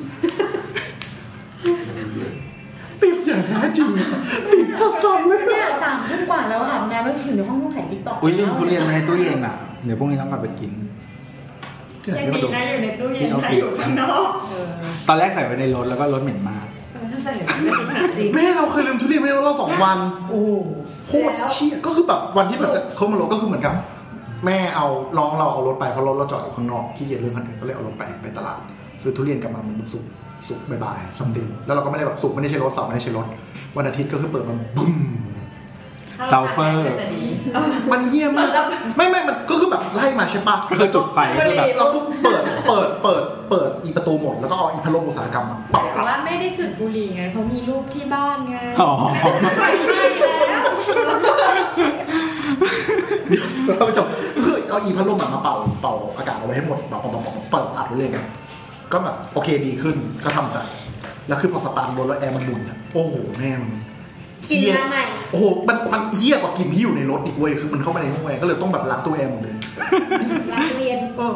S4: ติดอย่างแท้จริงติดซ้ำๆเลย
S1: เนี่ย3 ทุ่มกว่าแล้วอาบน้ำแล้วถึงในห้องถ่ายติ๊กต็อก
S5: ลืมทุเรียนมาในตู้เย็นอ่ะเดี๋ยวพรุ่งนี้ต้องกลับไปกิน
S1: ยังดีนะอยู่ในตู้เย็นถ่ายอยู่ข้างนอก
S5: ตอนแรกใส่ไว้ในรถแล้วก็รถเหม็นมาก
S1: ใส่จริง
S4: แม่เราเคยลืมทุเรียนไว้ในรถเรา2 วันโคตรเชี่ยก็คือแบบวันที่แบบจะเข้ามารถก็คือเหมือนกับแม่เอาน้องเราเอารถไปเพราะรถเราจอดอยู่ข้างนอกขี้เกียจเรื่องคันอื่นก็เลยเอารถไปตลาดซื้อทุเรียนกลับมามันสุกบ่ายๆซัมติงแล้วเราก็ไม่ได้แบบสุกไม่ได้ใช้รถเสาร์ไม่ได้ใช้รถวันอาทิตย์ก็คือเปิดมันบึ้ม
S5: ซัลเฟอร์
S4: มันเยี่ยมมากไม่มันก็คือแบบไล่มาใช่ปะ
S5: ก็คือจุดไฟก็คือแบบ
S4: เราก็เปิดอีประตูหมดแล้วก็เอาอีพัดลมอุตสาหกรรมมาปัก
S1: แต่ว่าไม่ได้จุดบุหรี่ไงเพราะมีรูปที่บ้านไงไฟไหม้
S4: แล้วก็ไปจบคือเอาอีพัดลมมาเป่าอากาศเอาไว้ให้หมดเปิดอัดเลยไงก็แบบโอเคดีขึ้นก็ทำใจแล้วคือพอสตาร์ทรถแล้วแอร์มันบุนโอ้โหแม่มัน
S3: กินมาใหม่
S4: โอ้โหมันเหี้ยกว่ากินที่อยู่ในรถอีกเว้ยคือมันเข้าไปในห้องแอร์ก็เลยต้องแบบล้างตัวแอร์หมดเลย
S3: ล้างเรียน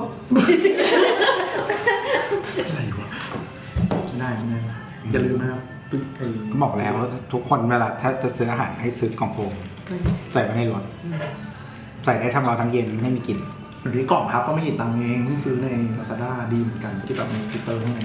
S4: อะไรวะได้อย่าลืมนะครับ
S5: บอกแล้วทุกคนเวลาถ้าจะซื้ออาหารให้ซื้อกล่องโฟมใส่ไว้ในรถใส่ได้ทั้งเราทั้งเย็นไม่มีกลิ่น
S4: หรือกล่องครับก็ไม่กี่ตังค์เองเพิ่งซื้อใน Lazada ดีเหมือนกันที่แบบมีฟิลเตอร์ข้างใน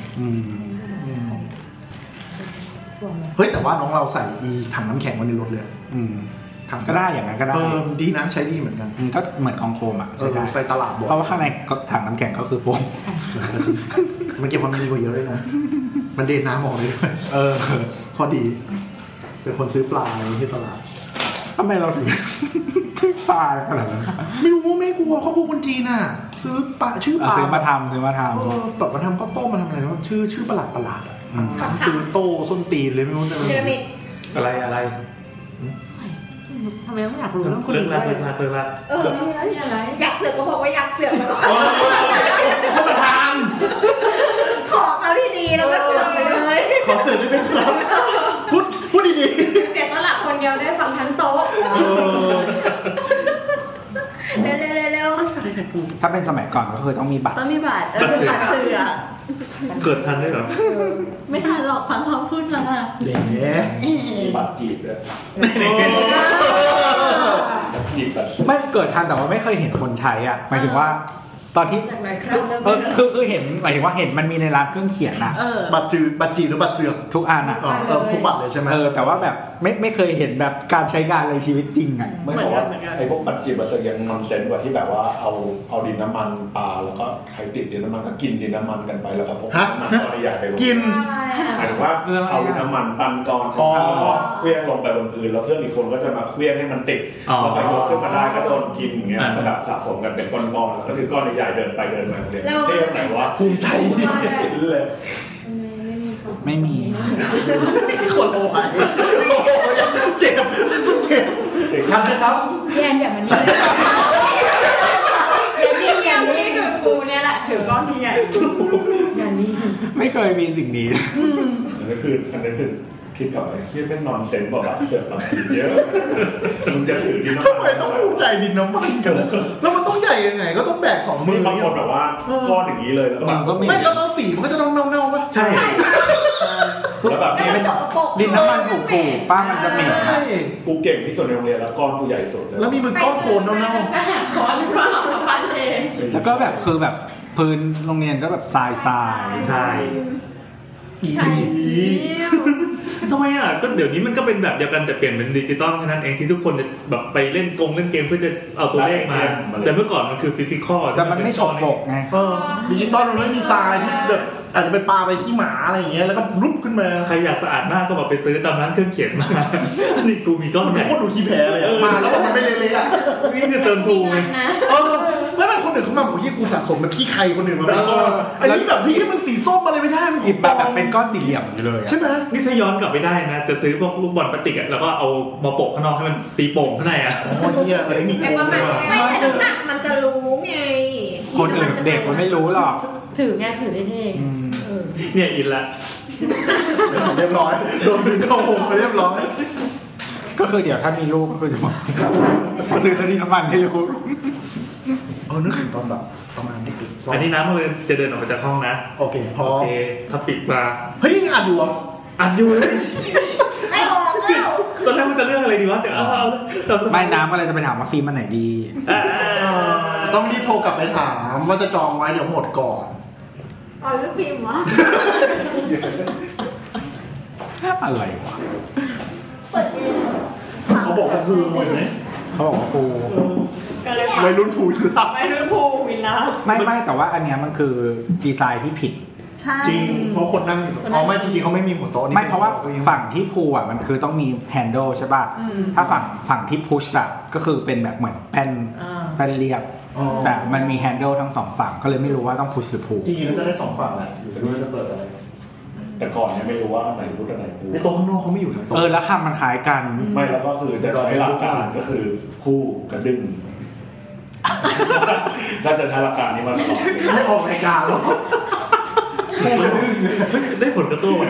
S4: เฮ้ยแต่ว่าน้องเราใส่ถังน้ำแข็งไว้ในรถเลย
S5: ก็ได้อย่างนั้นก็ได้
S4: ดีนะใช้ดีเหมือนกัน
S5: ก็เหมือนกองโฟมอ่ะใช่ได้
S4: ไปตลาดบ่
S5: เพราะว่าข้างในถังน้ำแข็งก็คือโฟม
S4: มันเก็บความดีกว่าเยอะเลยนะมันเดนน้ำออกเลยด้วยข้อดีเป็นคนซื้อปลาที่ตลาด
S5: ทำไมเราถึงซื้อปลาขนาดนั้น
S4: ไม่รู้ไม่กลัวเขาพวกคนจีนน่ะซื้อปลาชื่อปลา
S5: ซื้อมาทำ
S4: แบบมาทำข้าวต้มมาทำอะไรว่าชื่อประหลาดคือโตส้นตีนเลยไม่รู้
S3: พีระมิด
S5: อะไร
S1: ทำไมต้องอยากรู้เรื่องคนอื่น
S2: ด้วย
S1: อะไร
S3: อยากเสือกก็บอกว่าอยากเสือกแล้วก็
S5: ท่านประธาน
S3: ขอเขาดีๆแล้วก็เสือกไปเลย
S4: ขอเสือกได้ไหมครับพูดดี
S1: ๆเสียสละคนเดียวได้ฟังทั้งโต๊ะ
S3: เร็ว
S5: ถ้าเป็นสมัยก่อนก็คือต้องมีบัตร
S1: เสือ
S2: เกิดทันได้หรอ
S1: ไม่ทันหรอกฟังเขาพูดมา
S4: เด็ก
S6: บัตรจีบเลย
S5: จีบแบบไม่เกิดทันแต่ว่าไม่เคยเห็นคนใช้อ่ะหมายถึงว่าตอนที่
S1: สักหน่อยครับ
S5: คือเห็นหมายถึงว่าเห็นมันมีในร้านเครื่องเขียนนะ
S4: บัตรจีหรือบัตรเสือก
S5: ทุกอันอ่ะ
S4: ทุกบัตรเลยใช่ไหม
S5: แต่ว่าแบบไม่เคยเห็นแบบการใช้งานในชีวิตจริงอ่ะ
S6: ไม่บอกว่าไอ้พวกปัจจิบัตรยังนอนเซนกว่าที่แบบว่าเอาดินน้ำมันปลาแล้วก็ใครติดดินน้ำมันก็กินดินน้ำมันกันไปแล้วก็พกน้ำมันก้อนใหญ่ไปกินหมายถึงว่าเอาดินน้ำมันปั้นก้อนใช่ไหมเคลื่อนลงไปบนพื้นแล้วเพื่อนอีกคนก็จะมาเคลื่อนให้มันติดแล้วก็ยกขึ้นมาได้ก็โดนกินอย่างเงี้ยก็แบบสะสมกันเป็นก้อนๆแล้วก็ถือก้อนใหญ่ๆเดินไปเดินมาเรียนเท่ไหนว่าภูมิใจเลย
S5: ไม่มี
S4: คนโอ้ยเจ็บครับนะครับ
S3: พี่แอนอย่ามานี่
S1: อย่างนี้คือกูเนี่ยแหละถือก้อนที่ใหญ่อย่างนี้
S5: ไม่เคยมีสิ่งนี้
S6: อันนั้นคือคิดกับอะไรที่เป็นนอนเซนบอกว่าเสือกแบบเยอะมึงจะถือดินน้ำมัน
S4: ทำไมต้องภูมิใจดินน้ำมันกันแล้วมันต้องใหญ่ยังไงก็ต้องแบก2 มือบ
S6: างคนแบบว่าก้อนอย่างนี้เลยแล้วแบบ
S4: ไม่แล้วสีมันก็จะต้องเน่าๆป่ะ
S6: ใช่แล้วแบบนี้เป็น
S5: ดินน้ำมันถูกป้ามันจะเหม็น
S6: กูเก่งที่สุดในโรงเรียนแล้วก้อนกูใหญ่สุด
S4: แล้วมีมือก้อนโคลนเน่าๆ
S1: สหกรณ์หรือเปล่าพันเอง
S5: แล้วก็แบบคือแบบพื้นโรงเรียนก็แบบทราย
S2: ใช่ทำไมอ่ะก็เดี๋ยวนี้มันก็เป็นแบบเดียวกันแต่เปลี่ยนเป็นดิจิตอลแค่นั้นเองที่ทุกคนแบบไปเล่นเกมเพื่อจะเอาตัวเลขมาแต่เมื่อก่อนมันคือฟิสิกอล
S5: แต่มันไม่ฉกปกไง
S4: ดิจิตอลมันไม่มีทรายที่แบบอาจจะเป็นปลาไปขี้หมาอะไรอย่างเงี้ยแล้วก็รุบขึ้นมา
S2: ใครอยากสะอาดหน้าก็แบบไปซื้อตามร้านเครื่องเขียนมานี่กูมีก้อนใหญ่
S4: โคตรดูขี้แพ้เลยมาแล้วมันไม่เละๆอ่ะ
S2: นี่คือเติมทูไง
S4: แล้วคนอื่นเขามาบอกที่กูสะสมแบบพี่ใครคนอื่นมาเป็นก้อนอันนี้แบบพี่มันสีส้มอะไรไม่ได้มัน
S5: หยิบแบบเป็นก้อนสี่เหลี่ยมอยู่เลย
S4: ใช่ไหม
S2: นี่ถ้าย้อนกลับไปได้นะจะซื้อพวกลูกบอลพลาสติกอ่ะแล้วก็เอามาโปะข้างนอกให้มันตีโป่งข้างในอ่ะ
S4: โอ้ยเหี้ยอะไรนี่
S3: ไม่แต่น้ำหนักมันจะรู้ไง
S5: คนอื่นเด็กมันไม่รู้หรอก
S3: ถือไงถือได้เท่
S2: เนี่ยอินละ
S4: เรียบร้อยโดนดึงเข้าวงไปเรียบร้อย
S5: ก็คือเดี๋ยวถ้ามีลูกก็จะบอกซื้อตัวนี้น้ำมันให้ลูก
S4: นึกถึงตอนแบบประมาณนี้
S2: อันนี้น้ำมันจะเดินออกมาจากห้องนะ
S4: โอเคพอ
S2: โอเคถ้าปิดมา
S4: เฮ้ยอัดอยู่
S2: เลย
S3: ไม่ออกแล้ว
S2: ตอนแรกมันจะเรื่องอะไรดีวะแต่
S5: ไม่น้ำอะไรจะไปถามว่าฟิล์มมันไหนดี
S4: ต้องรีบโทรกลับไปถามว่าจะจองไว้เดี๋ยวหมดก่อน
S3: ลูกพิมพ์วะ
S5: อะไรวะ
S4: เขาบอกว่าภูเห็นไหม
S5: เขาบอกว่าภู
S4: วัยรุ่นภูวิลล่า
S5: ไม่แต่ว่าอันเนี้ยมันคือดีไซน์ที่ผิด
S4: จริงเพราะคนนั่งไม่จริงๆเขาไม่มีหัวโต๊ะ
S5: ไม่เพราะว่าฝั่งที่พูอ่ะมันคือต้องมีแฮนด์ลใช่ป่ะถ้าฝั่งที่พุชอ่ะก็คือเป็นแบบเหมือนแป้นเรียบแต่มันมีแฮนด์ลทั้ง2ฝั่งก็เลยไม่รู้ว่าต้องพุชหรือพู
S4: จริงๆมันจะได้2ฝั่งแหละอยู่ที่จะเปิดอะไร
S6: แต่ก่อนเนี่ยไม่รู้ว่าอันไหนพุชอันไหนพู
S4: ในโต๊ะข้างนอกเขาไม่อยู่ทั้งโต๊ะ
S5: แล้วคำมันคล้ายกัน
S6: ไม่แล้วก็คือจะใช้หลักการก็คือคู่กระดึงน่าจะใช้หลักการนี้มาตลอด
S4: ไม่ออกรายการหรอก
S2: ได้ผลกระตุ้น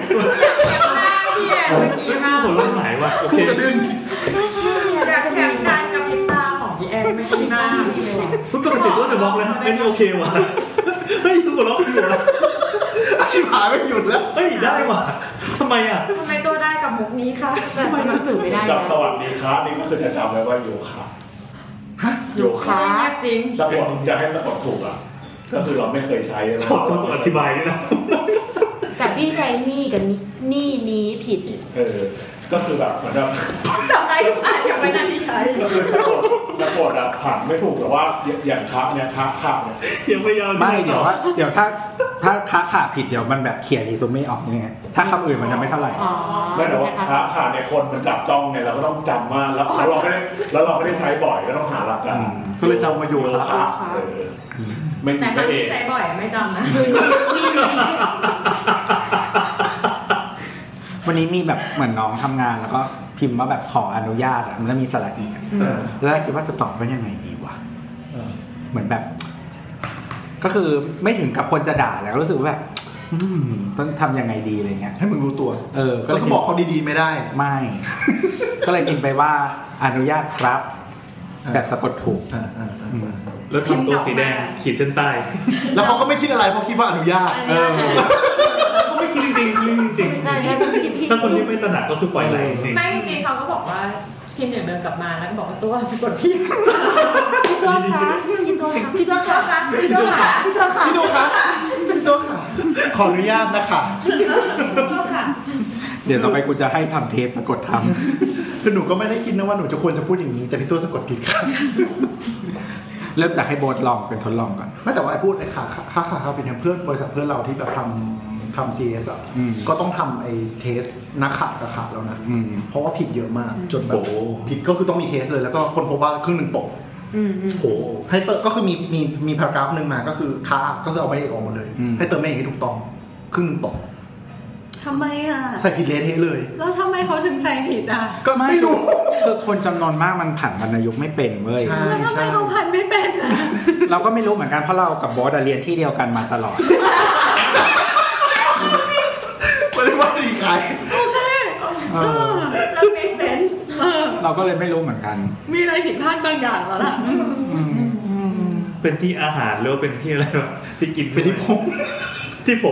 S2: ไม่น่าผลลดหมายว่ะโอเค
S1: แบบแข่งกันกับพิมตาของพี่แอนไม่ใช่หน้า
S2: ทุกปกติก็จะบล็อกแล้วไอ้นี่โอเคว่ะเฮ้ยทุกคนล็อกอยู่แล้ว
S4: ชิบหายไม่หยุดแล้ว
S2: เฮ้ยได้ว่ะทำไม
S1: ตัวได้กับมุกนี้ค่ะ
S3: ทำไมมันสื่อไม่ได้
S6: กับสวัสดีครับนี่ก็คือจะจำไว้ว่าโยคะ
S1: โยคะจริง
S6: สะกดจะให้สะกดถูกอ่ะก็คือเราไม่เคยใช้
S2: ต้องอธิบายด้วยนะ
S3: แต่พี่ใช้นี่กับนี่นี้ผิด
S6: ก็คือแบบเหมือนแบบ
S1: จำได้ทุกอันยังไม่ได้ที่ใช้
S6: ก็คือสะกดผ่านไม่ถูกแต่ว่าอย่างครับเนี่ยครับเนี่ย
S2: ยังไม่ยาว
S5: ไม่เดี๋ยวถ้าขาผิดเดี๋ยวมันแบบเขียนรีซูเม่ออกยังไงถ้าคำอื่นมันจะไม่เท่าไหร่
S6: ไม่แต่ว่าขาเนี่ยคนมันจับจ้องเนี่ยเราก็ต้องจำว่าแล้วเราไม่ได้ใช้บ่อยก็ต้องหาหลักการ
S4: ก็เลยจำมาอยู่
S6: ครับ
S1: แต่ถ้าที่ใช้บ่อยไม่จำนะ
S5: วันนี้มีแบบเหมือนน้องทำงานแล้วก็พิมพ์ว่าแบบขออนุญาตมันแล้วมีสระอีแล้วคิดว่าจะตอบว่ายังไงดีวะเหมือนแบบก็คือไม่ถึงกับคนจะด่าแล้วรู้สึกว่าแบบต้องทำยังไงดีอะไรเงี้ย
S4: ให้มึงรู้ตัว
S5: ก็เลย
S4: บอกเขาดีๆไม่ได้
S5: ไม่ก็เลยพิมพ์ไปว่าอนุญาตครับแบบสะกดถูก
S2: แล้วทำตัวสีแดงขีดเส้นใต้
S4: แล้วเขาก็ไม่คิดอะไรเพราะคิดว่าอนุญาต
S2: เขาไม่คิดจริงๆถ้าคนที่ไม่ตระหนักก็คือปล่อยไหลจริง
S1: ไม่จริงเขาก็บอกว่าพิมพ์อย่างเดินกลับมาแล้วก็บอกว่าตัวสะกดผิด
S3: พี่ตัวคะพี่ตัวคะพี่ตัวคะพี่ตัวคะพี่ตัวคะ
S4: พี่ดูคะพี่ดูค่ะขออนุญาตนะคะ
S1: ตัวค่ะ
S5: เดี๋ยวต่อไปกูจะให้ทำเทปสะกดท
S4: คือหนูก็ไม่ได้คิดนะว่าหนูจะควรจะพูดอย่างนี้แต่พี่ตัวสะกดผิดค่ะ
S5: ำเริ่มจากให้โบสลองเป็นทดลองก่อน
S4: ไม่แต่ว่าไอ้พูดไอ้ค่าเป็นเพื่อนบริษัทเพื่อนเราที่แบบทำ CS อ่ะก็ต้องทำไอ้เทสนักขัดกับขาดแล้วนะเพราะว่าผิดเยอะมากจนแบบผิดก็คือต้องมีเทสเลยแล้วก็คนพบว่าครึ่งหนึ่งตกโหให้เติมก็คือมีพารากราฟหนึ่งมาก็คือค่าก็คือเอาไม่เอกออกหมดเลยให้เติมไม่เอกให้ถูกต้องครึ่งหนึ่งตก
S3: ทำไมอ่ะ
S4: ใส่ผิดเลเทเลย
S3: แล้วทำไมเขาถึงใส่ผิดอ่ะ
S4: ก็ไม่รู้
S5: คือคนจำนวนมากมันผันวรรณยุกต์ไม่เป็นเว้ย
S4: ใช่
S3: แล้วทำไมเขาพันไม่เป็นอ่ะ
S5: เราก็ไม่รู้เหมือนกันเพราะเรากับโบสเรียนที่เดียวกันมาตลอด
S4: ไม่ได้ว่าดีใคร
S1: แล้ว make sense
S5: เราก็เลยไม่รู้เหมือนกัน
S3: มีอะไรผิดพลาดบางอย่างแล้วล่ะ
S2: เป็นที่อาหารหรือเป็นที่อะไรวะที่กิน
S4: เป็นที่ผม
S2: ที่ผม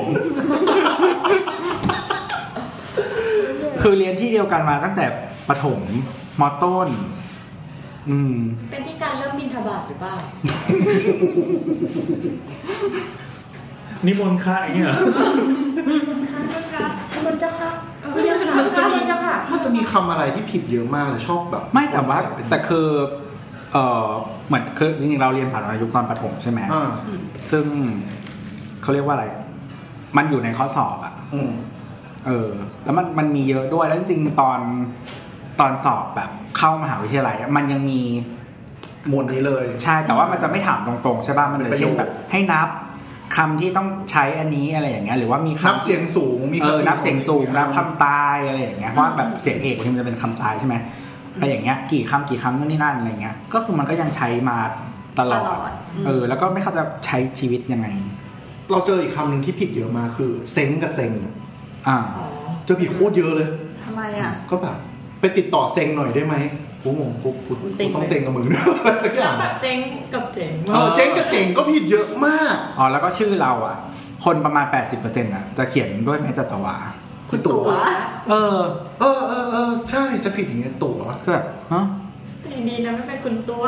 S5: คือเรียนที่เดียวกันมาตั้งแต่ประถมม.ต้น
S1: เป็นที่การเริ่มบิณฑบาตหรือเปล่า
S2: นิมนต์ค่ะอย่างเงี้ยเหรอ
S3: มันจะค่ะ
S4: มันจะมีคำอะไรที่ผิดเยอะมากเลยชอบแบบ
S5: ไม่แต่ว่าแต่คือเหมือนคือจริงๆเราเรียนผ่านวรรณยุกต์ตอนประถมใช่ไหมซึ่งเขาเรียกว่าอะไรมันอยู่ในข้อสอบอ่ะแล้วมันมีเยอะด้วยแล้วจริงๆตอนสอบแบบเข้ามหาวิทยาลัยมันยังมี
S4: หมวดนี้เลย
S5: ใช่แต่ว่ามันจะไม่ถามตรงๆใช่ป่ะมันจะเช่นแบบให้นับคำที่ต้องใช้อันนี้อะไรอย่างเงี้ยหรือว่ามี
S4: นับเสียงสูงมี
S5: นับเสียงสูงนับคำตายอะไรอย่างเงี้ยเพราะแบบเสียงเอกมันจะเป็นคำตายใช่ไหมอะไรอย่างเงี้ยกี่คำนู่นนี่นั่นอะไรเงี้ยก็คือมันก็ยังใช้มาตลอดแล้วก็ไม่เข้าใจใช้ชีวิตยังไง
S4: เราเจออีกคำหนึ่งที่ผิดเยอะมากคือเซ็งกับเซ็งเจอผิดโคตรเยอะเลย
S3: ทำไมอ่ะ
S4: ก็แบบไปติดต่อเซ็งหน่อยได้ไหมกูงงกูต้องเซ็งกับมึงด้วยสักอย่าง
S1: เจ๊งกับเจ๋ง
S4: เจ๊งกับเจ๋งก็ผิดเยอะมาก
S5: แล้วก็ชื่อเราอ่ะคนประมาณ 80% อ่ะจะเขียนด้วยแม่จัตวา
S4: คือตั๋วใช่จะผิดอย่างเงี้ยตั๋ว
S5: คือแบบ
S1: แต่ดีนะไม่เป็นคุณตัว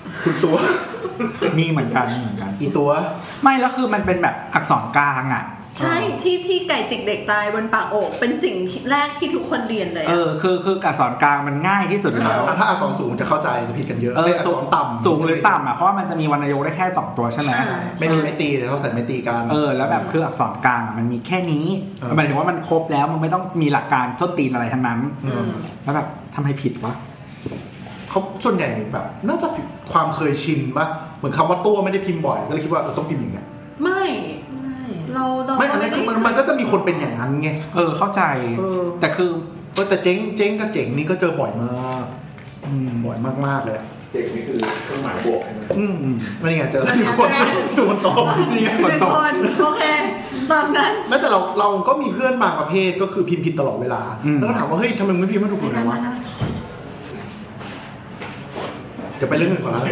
S5: มีเหมือนกัน
S4: อีตัว
S5: ไม่แล้วคือมันเป็นแบบอักษรกลางอ่ะ
S3: ใช่ที่ไก่จิกเด็กตายบนปากอกเป็นสิ่งแรกที่ทุกคนเรียนเลย
S5: คืออักษรกลางมันง่ายที่สุดแล้ว
S4: ถ้าอักษรสูงจะเข้าใจจะผิดกันเยอะแต่อักษรต่ำ
S5: สูงหรือต่ำอ่ะเพราะว่ามันจะมีวรรณยุกต์ได้แค่2ตัวใช่ไหม
S4: ไม่มีไม่ตีเลยเขาใส่ไม่ตีกัน
S5: แล้วแบบคืออักษรกลางอ่ะมันมีแค่นี้หมายถึงว่ามันครบแล้วมันไม่ต้องมีหลักการต้นตีนอะไรทั้งนั้นแล้วแบบทำไมผิดวะ
S4: เขาส่วนใหญ่แบบน่าจะความเคยชินป่ะเหมือนคำว่าตัวไม่ได้พิมพ์บ่อยก็เลยคิดว่าต้องพิมพ์อย่างเงี้ย
S3: ไม่
S4: ไม่อันนี้มันก็จะมีคนเป็นอย่างนั้นไง
S5: เข้าใจแต่คือ
S4: แต่เจ๊งกับเจ๋งนี่ก็เจอบ่อยมากบ่อยมากๆเลย
S6: เจ๋งนี่คือเครื่องหมายบวกใช่ไหม
S4: ไม่ไงเจอคนโดนตบนี่ไงคนตบ
S3: โอเคตามนั้น
S4: แม้แต่เราก็มีเพื่อนบางประเภทก็คือพิมพ์ผิดตลอดเวลาแล้วก็ถามว่าเฮ้ยทำไมไม่พิมพ์ไม่ถูกเลยวะจะไปเรื่องอื่นก่อนแล้ว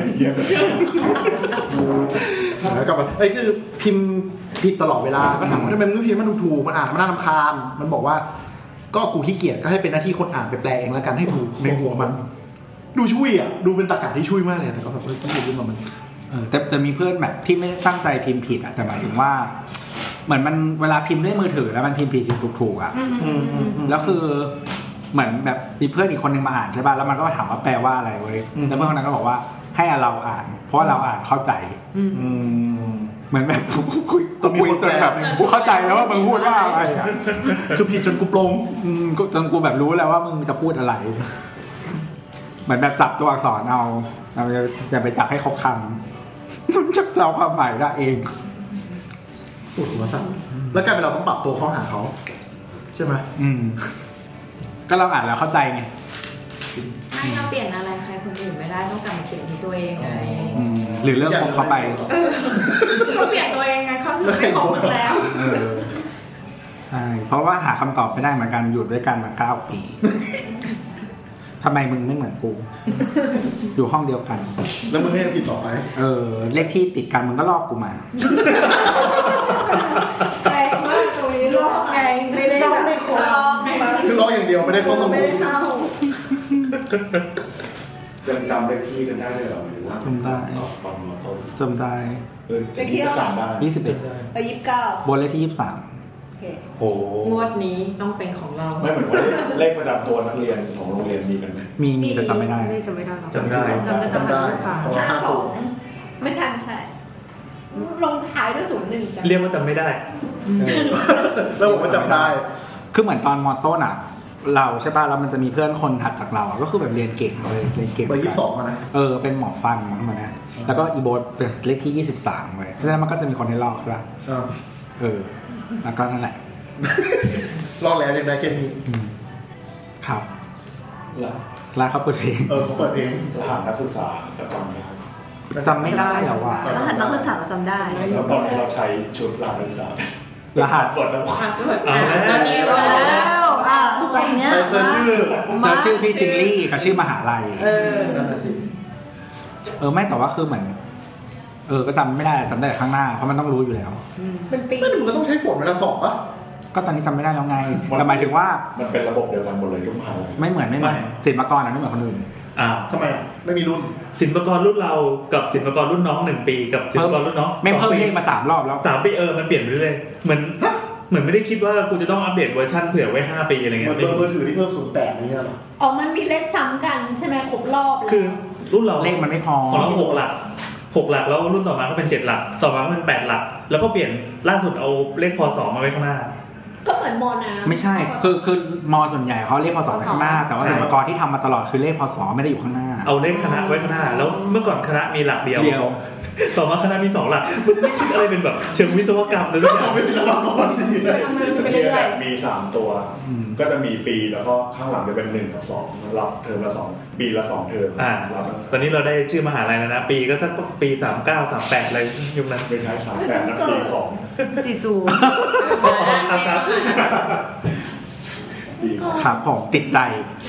S4: แล้วก็แบบคือพิมพ์ผิดตลอดเวลาก็ถามว่าทำไมมึงไม่พิมพ์มันถูกมันอ่านมันน่ารำคาญมันบอกว่าก็กูขี้เกียจก็ให้เป็นหน้าที่คนอ่านไปแปลเองแล้วกันให้ถูกในหัวมันดูช่วยอ่ะดูเป็นตรรกะที่ช่วยมากเลยแต่ก็แบบต้องรู้ว่ามัน
S5: แต่จะมีเพื่อนแบบที่ไม่ตั้งใจพิมพ์ผิดอ่ะแต่หมายถึงว่าเหมือนมันเวลาพิมพ์ด้วยมือถือแล้วมันพิมพ์ผิดถูกอ่ะแล้วคือเหมือนแบบมีเพื่อนอีกคนนึงมาอ่านใช่ป่ะแล้วมันก็ถามว่าแปลว่าอะไรเว้ยแล้วเพื่อนคนนั้นก็บอกว่าให้เราอ่านเพราะเราอ่านเข้าใจเหมือนแบบคุยจนแบบกูเข้าใจแล้วว่ามึงพูดว่าอะไรอ่ะ
S4: คือผิดจนกูปลง
S5: จนกูแบบรู้แล้วว่ามึงจะพูดอะไรเหมือนแบบจับตัวอักษรเอาเราจะไปจับให้ครบคำจับเราความหมายได้เอง
S4: ปวดหัวซะแล้วกลายเป็นเราต้องปรับตัวเข้าหาเขาใช่ไหม
S5: ก็เราอ่านแล้วเข้าใจไง
S1: ไม่เราเปลี่ยนอะไรใครคนอื่นไม่ได้ต้องกลับมาเปลี่ยนที่ตัวเองไง
S5: หรือเลือกคบเขาไป
S1: เขาเปลี่ยนตัวเองไงเขาไม่คบแล้ว
S5: ใช่เพราะว่าหาคำตอบไม่ได้เหมือนกันอยู่ด้วยกันมา9 ปีทำไมมึงไม่เหมือนกูอยู่ห้องเดียวกัน
S4: แล้วมึงไม่ยังผิดต่อไป
S5: เลขที่ติดกันมึงก็ลอกกูมา
S3: แรงมากตรงนี้ลอกไงไม่ได้แบบ
S4: คือลอกอย่างเดียวไม่ได้เข้าสมุด
S6: ยังจำเลขที่กันได้เลยเหรอหรือว่า
S5: จำได้
S6: ตอนมต้น
S5: จำได้
S3: เลขที่เท่าไหร่
S6: จำได้
S3: 29
S5: บนเลขที่
S3: โอเค
S6: โอ้
S1: งวดนี้ต้องเป็นของเรา
S6: ไม่เหมือนว่าเลขประจำตัวนักเรียนของโรงเรียนมีกันไหม
S5: 23มีแต่จำไม่ได้
S1: ไม่จำไม่ได้หรอก
S2: จำได้
S1: จำได้
S4: ของเรา50
S3: ไม่ใช่ลงท้ายด้วย01จ้ะ
S2: เรียกว่าจำไม่ได้
S4: แล้วผมก็จำได้
S5: คือเหมือนตอนมอต้นอ่ะเราใช่ป่ะแล้วมันจะมีเพื่อนคนถัดจากเราก็คือแบบเรียนเก่งเลยเรียนเก่ง
S4: เบอร์22อ่ะนะ
S5: เป็นหมอฟันมั้งมันนะแล้วก็อีโบสเป็นเลขที่23เว้ยเพราะฉะนั้นมันก็จะมีคนให้ลอกใช่ป่ะแล้วก็นั่นแหละ
S4: ลอกแล้วยังได้แค่นี้
S5: ครับ
S6: แล้ว
S5: ร้านเขาเปิดเพลง
S4: เขาเปิดเอง
S6: รหัสนักศึกษาจะจำได้
S5: จำไม่ได้แล้วอ่ะ
S3: รหัสนักศึกษาจำได้
S6: แล้วตอนนี้เราใช้ชุดรหัสนักศึกษาร
S5: หัส
S6: กดแล้ว
S2: เอาแล้ว
S1: ตอนนี้
S3: แล้วตอนเนี้ย
S4: ไปเซิร์ชชื่อ
S5: เซิร์ชชื่อพี่ติงลี่กับชื่อมหาลัย
S4: นั่นน่ะสิ
S5: ไม่แต่ว่าคือเหมือนก็จำไม่ได้จำได้แต่ข้างหน้าเพราะมันต้องรู้อยู่แล้ว
S3: เป็นปี
S4: นั่นมันก็ต้องใช้ฝนเวลาสอบปะ
S5: ก็ตอนนี้จำไม่ได้แล้วไงแต่หมายถึงว่า
S6: มันเป็นระบบเดียวกันหมดเลยทุกมหาลัย
S5: ไม่เหมือนศิลปากรไม่เหมือนคนอื่น
S2: อ้าว
S4: ทำไมอ่ะไม่มีรุ่น
S2: ศิลปากรรุ่นเรากับศิลปากรรุ่นน้อง1ปีกับศิลปากรรุ่นน้อง
S5: ไม่เพิ่ม
S2: 2
S5: เลขมา3 รอบแล้ว
S2: 3 ปีมันเปลี่ยนไปเรื่อยๆเหมือนไม่ได้คิดว่ากูจะต้องอัปเดตเวอร์ชันเผื่อไว้5 ปีอะไร
S4: เห
S2: เงี้
S4: มือย นเบอร์มือถือที่เพิ่ม08อะไรเงี้ยหรอ
S3: อ๋อมันมีเลขซ้ำกันใช่ไหมครบรอบแล้ว
S2: คือรุ่นเรา
S5: เลขมันไม่พอ
S2: ของเรา6 หลักแล้วรุ่นต่อมาก็เป็น7 หลักต่อมาก็เป็น8 หลักแล้วก็เปลี่ยนล่าสุดเอาเลขพศมาไว้ข้างหน้า
S3: ก็เหมือนมอนะ
S5: ไม่ใช่คือมส่วนใหญ่เขาเลขพศไว้ข้างหน้าแต่ว่าศิลปากรที่ทำมาตลอดคือเลขพศไม่ได้อยู่ข้างหน้า
S2: เอาเลขคณะไว้ข้างหน้าแล้วเมื่อก่อนคณะมีหลักเดียวต่อมาคณะมี2 หลักมึงไม่คิดอะไรเป็นแบบเชิงวิศวกรรมหรือ
S4: ก็สอบเป็นศิลปากรนี่เลย
S1: ไปเรื่อย
S6: มี3ตัวก็จะมีปีแล้วก็ข้างหลังจะเป็น1กับ2รับเทอมละ2ปีละ2เทอมรับ
S2: ตอนนี้เราได้ชื่อมหาลัยแล้วนะปีก็สักปี39 38อะไรยุคนั้น
S6: ไม่ใช่38นะปีของ
S2: ครับ
S5: ครับผมติดใจ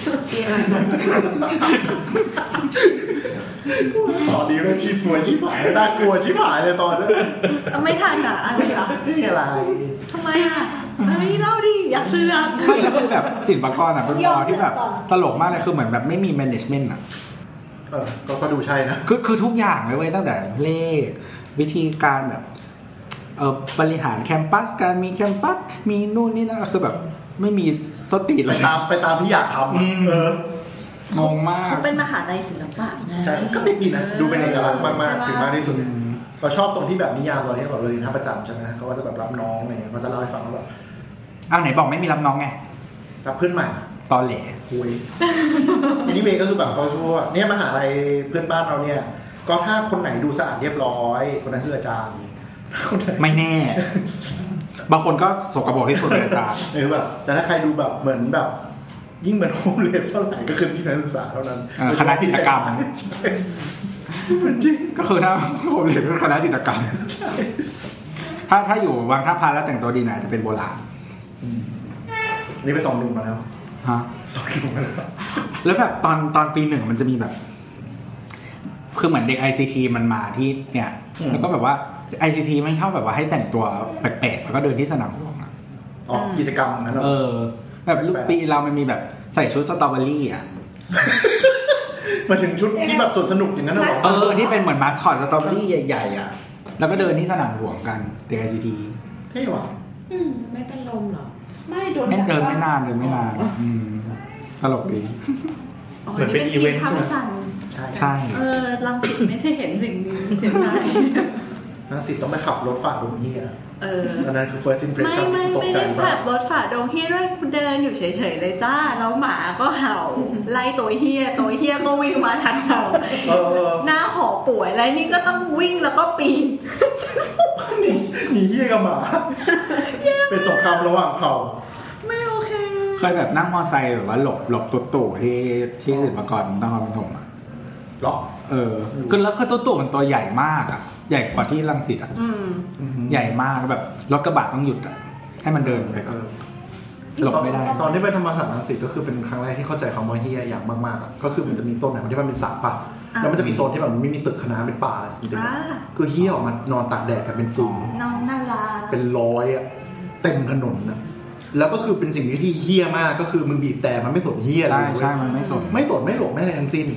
S4: ตอนนี้เป็นชีสวยชิบหายน่ากลัวชิบหายเลยตอนนี้
S3: ไม่ทันอ่ะอะไรอ่ะ
S4: ไม่มีอะไร
S3: ทำไมอ่ะเฮ้ยเล่าดิอยากซื้ออ่ะ
S5: ไม่แล้วคือแบบศิลปากรเป็นมอที่แบบตลกมากเลยคือเหมือนแบบไม่มี management อ่ะ
S4: ก็ดูใช่นะ
S5: คือทุกอย่างเลยเว้ยตั้งแต่เลขวิธีการแบบบริหารแคมปัสการมีแคมปัสมีนู่นนี่นั่นคือแบบไม่มีสติเลย
S4: ไปตามที่อยากทำ
S5: งงมาก
S3: เขาเป็นมหาลัยศิลปะนะ
S4: ใช่ก็ติดดีนะดูเป็นเอกลักษณ์มากๆถึงมากที่สุดเราชอบตรงที่แบบนิยามตอนที่แบบเราเรียนท่าประจำใช่ไหมเขาก็จะแบบรับน้องอะไรเงี้ยเขาจะเล่าให้ฟังว่าแบบ
S5: ไหนบอกไม่มีรับน้องไง
S4: รับเพื่อนใหม่
S5: ตอนเหล่
S4: คุยอันนี้เมย์ก็คือแบบเขาชั่วเนี่ยมหาลัยเพื่อนบ้านเราเนี่ยก็ถ้าคนไหนดูสะอาดเรียบร้อยคนนั้นคืออาจารย์คนไหน
S5: ไม่แน่ บางคนก็สกปรกที่สุดเลยอาจารย์
S4: แบบแต่ถ้าใครดูแบบเหมือนแบบยิ่งเหมือนโฮมเลสเท่าไหร่ก็คือที่นักศึกษาเท่านั้น
S5: คณะจิตรกรรม
S4: จริง
S5: ก็คือถ้าผมเรียนคณะจิตรกรรมถ้าอยู่วังท่าพาแล้วแต่งตัวดีหน่อยจะเป็นโบราณ
S4: นี่ไป2 หนุ่มมาแล้ว
S5: ฮะ
S4: 2 หนุ่มมาแล้ว
S5: แล้วแบบตอนปี 1มันจะมีแบบคือเหมือนเด็ก ICT มันมาที่เนี่ยแล้วก็แบบว่า ICT ไม่ชอบแบบว่าให้แต่งตัวแปลกๆแล้วก็เดินที่สนามหลวงอ่ะ
S4: กิจกรรมนั้น
S5: แบบปีเรามันมีแบบใส่ชุดสตรอเบอรี่อ่ะ
S4: มาถึงชุดที่แบบสวนสนุกอย่างนั้นเหรอ
S5: ที่เป็นเหมือนมาสคอตสตรอเบอรี่ใหญ่ๆอ่ะแล้วก็เดินที่สนามหลวงกันเด็ก ICT
S4: เท่ว่ะ
S1: ไม่เป็นลมหรอ
S3: ไม่โดน
S5: เดินไม่นานตลกดี
S2: เหมือนเป็นอีเวนต์ใช่ไหม
S5: ใช่
S3: รังสิตไม่ได้เห็นสิ่งนี้เสียใจ
S4: นักศิษย์ต้องไปขับรถฝ่าดงเฮียอันนั้นคือ first
S3: ไม่
S4: impression ที่ตก
S3: ไม่
S4: ใจ
S3: ได้
S4: มา
S3: ขั
S4: ก
S3: บรถฝ่าดงเฮียด้วยคุณเดินอยู่เฉยๆเลยจ้าแล้วหมาก็เห่าไล่ตัวเฮียก็วิ่งมาทันเห่าหน้าหอป่วยแล้วนี่ก็ต้องวิ่งแล้วก็ปีน
S4: หนีเฮียกับหมาเป็นสงครามระหว่างเผ่า
S3: ไม่โอเค
S5: เคยแบบนั่งมอไซค์แบบว่าหลบตู่ที่ศิลปากรต้องเอาเป็นถมอ่ะ
S4: หรอ
S5: คือแล้วคือตู่มันตัวใหญ่มากอ่ะใหญ่กว่าที่รังสิตอ่ะใหญ่มากแบบรถกระบะต้องหยุดอ่ะให้มันเดินไปหลบไม่ได้
S4: ตอนที่ไปธรรมศาสตร์รังสิตก็คือเป็นครั้งแรกที่เข้าใจคำว่าเฮียอย่างมากๆอ่ะก็คือมันจะมีต้นไหนที่มันเป็นสระป่ะแล้วมันจะมีโซนที่แบบไม่มีตึกคณะเป็นป่าจริงๆคือเฮียออกมานอนตากแดดกันเป็นฝูง
S3: น้องน่ารัก
S4: เป็นร้อยอ่ะเต็มถนนนะแล้วก็คือเป็นสิ่งที่เฮี้ยมากก็คือมึงบีบแต่มันไม่สนเฮี้ยเลย
S5: ใช่มันไม่สน
S4: ไม่หลบไม่อะไรทั้งสิ้น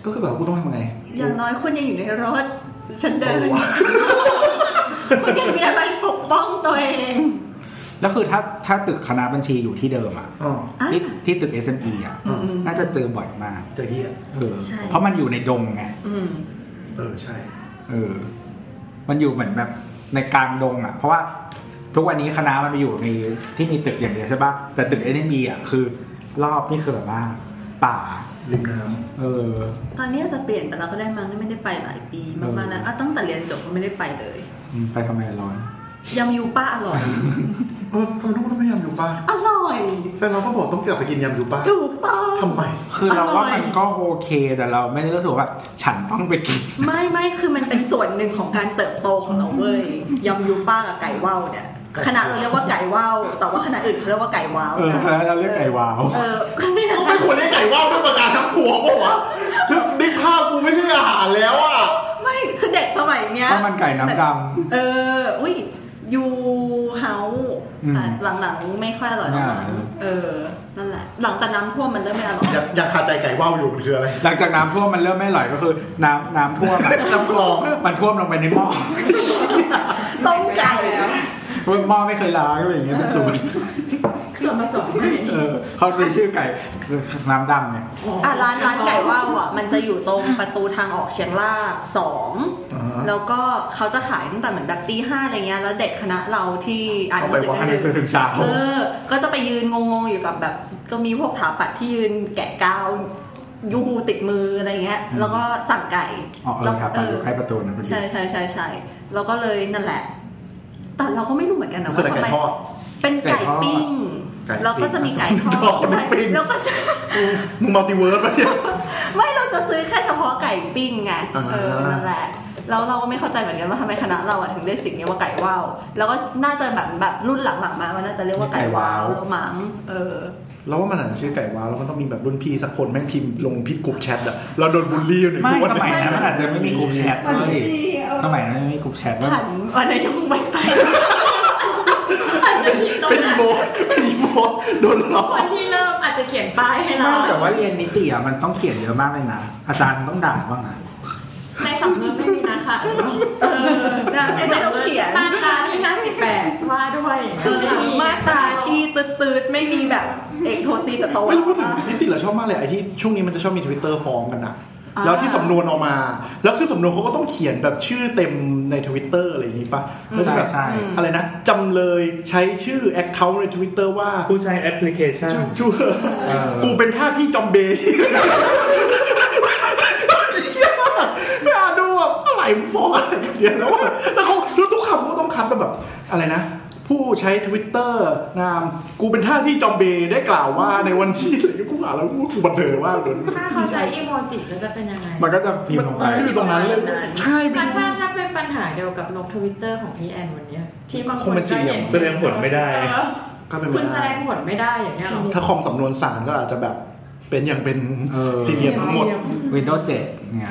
S4: ก็คือแบบกูต้องทำไง
S3: อย่างน้อยคุณยังอยู่ในรถฉันเดินคุณยังมีอะไรปกป้องตัวเอง
S5: แล้วคือถ้าตึกคณะบัญชีอยู่ที่เดิมอ่ะที่ตึก SME อ่ะน่าจะเจอบ่อยมาก
S4: เจอเหี้ย
S5: เพราะมันอยู่ในดงไง
S4: ใช่
S5: มันอยู่เหมือนแบบในกลางดงอ่ะเพราะว่าทุกวันนี้คณะมันไปอยู่ในที่มีตึกอย่างเดียวใช่ป่ะแต่ตึก SME อ่ะคือรอบนี่คือแบบว่าป่า
S4: ริมน้ำ
S3: ตอนนี้จะเปลี่ยนไปแล้วก็ได้มั้งไม่ได้ไปหลายปีมากๆแล้วตั้งแต่เรียนจบก็ไม่ได้ไปเลย
S5: ไปทำไมร้อน
S3: ยำยูป้าอร่อย
S4: ทุกคนต้องไปยำยูป้า
S3: อร่อย
S4: แฟนเราก็บอกต้องกลับไปกินยำยูป้า
S3: ถูกต้อง
S4: ทำไม
S5: คือเราว่ามันก็โอเคแต่เราไม่ได้รู้สึกว่าฉันต้องไปกิน
S3: ไม่คือมันเป็นส่วนหนึ่งของการเติบโตของเราเว้ยยำยูป้ากับไก่ว่าวเนี่ยคณะเราเรียกว่าไก่ว่าวแต่ว่าคณะอื่นเขาเรียกว่าไก่ว้าว
S5: เราเรียกไก่ว้าว
S4: ก็ไม่ควรเรียกไก่ว่าวด้วยประการทั้งปวงป่ะวะคือดิข้าวกูไม่ใช่อาหารแล้วอ่ะ
S3: ไม่คือเด็กสมัยเนี้ย
S5: ข้าวมันไก่น้ำดำ
S3: อุ้ยยูเฮาหลังๆไม่ค่อยอร่อยแล้วนั่นแหละหลังจากน้ำท่วมมันเริ่มไม่อร่อย
S4: ยังคาใจไก่ว่าวอยู่มันคืออะไร
S5: หลังจากน้ำท่วมมันเริ่มไม่อร่อยก็คือน้ำท่วม
S4: น้ำคลอง
S5: มันท่วมลงไปในหม้อ
S3: ต้มไก่แล้ว
S5: หม้อไม่เคยล้างอะไรอย่างเงี้ยเป็นสูตร
S1: ส่วนผสม
S5: เขาเป็นชื่อไก่น้ำดำไง
S3: ร้านไก่ว่าวอ่ะมันจะอยู่ตรงประตูทางออกเชียงราก2แล้วก็เขาจะขายตั้งแต่เหมือนแบบตี 5อะไรเงี้ยแล้วเด็กคณะเราที่
S5: อ่านหนังสือถึงเช้า
S3: ก็จะไปยืนงงๆอยู่กับแบบก็มีพวกถาปัดที่ยืนแกะกาวยูฮูติดมืออะไรเงี้ยแล้วก็สั่งไก่
S5: แล้วอยู่ใกล้ประตูนั่น
S3: ใช่แล้วก็เลยนั่นแหละแต่เราก็ไม่รู้เหมือนกันนะว่าทำไมเป็นไก่ปิ้งแล้วก็จะมีไก่ทอดแล้วก็จะ
S4: มึงมัลติเวิร์สป่ะเนี่ย
S3: ไม่เราจะซื้อแค่เฉพาะไก่ปิ้งไงนั่นแหละแล้วเราก็ไม่เข้าใจเหมือนกันว่าทำไมคณะเราถึงเรียกสิ่งนี้ว่าไก่ว่าวแล้วก็น่าจะแบบรุ่นหลังๆมามันน่าจะเรียกว่าไก่ว่าวมั้ง
S4: แล้วว่ามันอาจจะชื่อไก่ว้าวแล้วมันต้องมีแบบรุ่นพี่สักคนแม่งพิมพ์ลงพิดกลุ่มแชทอะเราโดนบูลลี่อยู่ใน
S5: ไม่สมัยนั้นมันอาจจะไม่มีกลุ่มแชทเลยสมัยนั้นไม่มีกลุ่มแชทว่า
S3: วันนั้นยังไม่ไป
S4: เป็นอีโมโดนล้อ
S1: คนที่เริ่มอาจจะเขียนป้ายให้เรา
S5: แต่ว่าเรียนนิติอ่ะมันต้องเขียนเยอะมากเลยนะอาจารย์ต้องด่าบ้างนะ
S1: ในสำนวนไม่มีนะคะ
S3: ไม่ต้องเขียน
S1: มาตราที่58ว่าด้วย
S3: มาตราที่ตืดๆไม่มีแบบเอกโทตีจะโต
S4: ไม่พูดถึงนิติเหรอชอบมากเลยไอ้ที่ช่วงนี้มันจะชอบมี Twitter ฟ้องกันนะแล้วที่สำนวนออกมาแล้วคือสำนวนเขาก็ต้องเขียนแบบชื่อเต็มใน Twitter อะไรอย่างนี้ป่ะแล้วจะแบบอะไรนะจำเลยใช้ชื่อ account ใน Twitter ว่า
S2: ผู้ใช้แอปพลิเคชัน
S4: กูเป็นท่าพี่จอมเบย์ไม่อ่านดูแบบอะไรฟ้องอะไรกันเนี่ยแล้วเขาทุกคำก็ต้องคัดแบบอะไรนะผู้ใช้ Twitter นามกูเป็นท่าที่จอมเบย์ได้กล่าวว่าในวันที่อะไรกูอ่านแล้วกูบันเทิงว่าโดน
S1: ถ้าเขาใช้อีโมจิแล้วจะเป็นยังไง
S5: มันก็จะพิมพ์ลงไป
S4: อยู่ตรงนั้นเลยใช่
S1: ถ้าเป็นปัญหาเดียวกับลง Twitter ของพี่แอนวันนี้ที่บางคน
S2: ก็เห็นแสดงผลไม่ได้
S1: คุณแสดงผลไม่ได้อย่างเงี้ย
S4: ถ้าคอมสำนวนศาลก็อาจจะแบบเป็นอย่างเป็นสี่เหลี่ยมทั้งหมด
S5: Windows 7ไง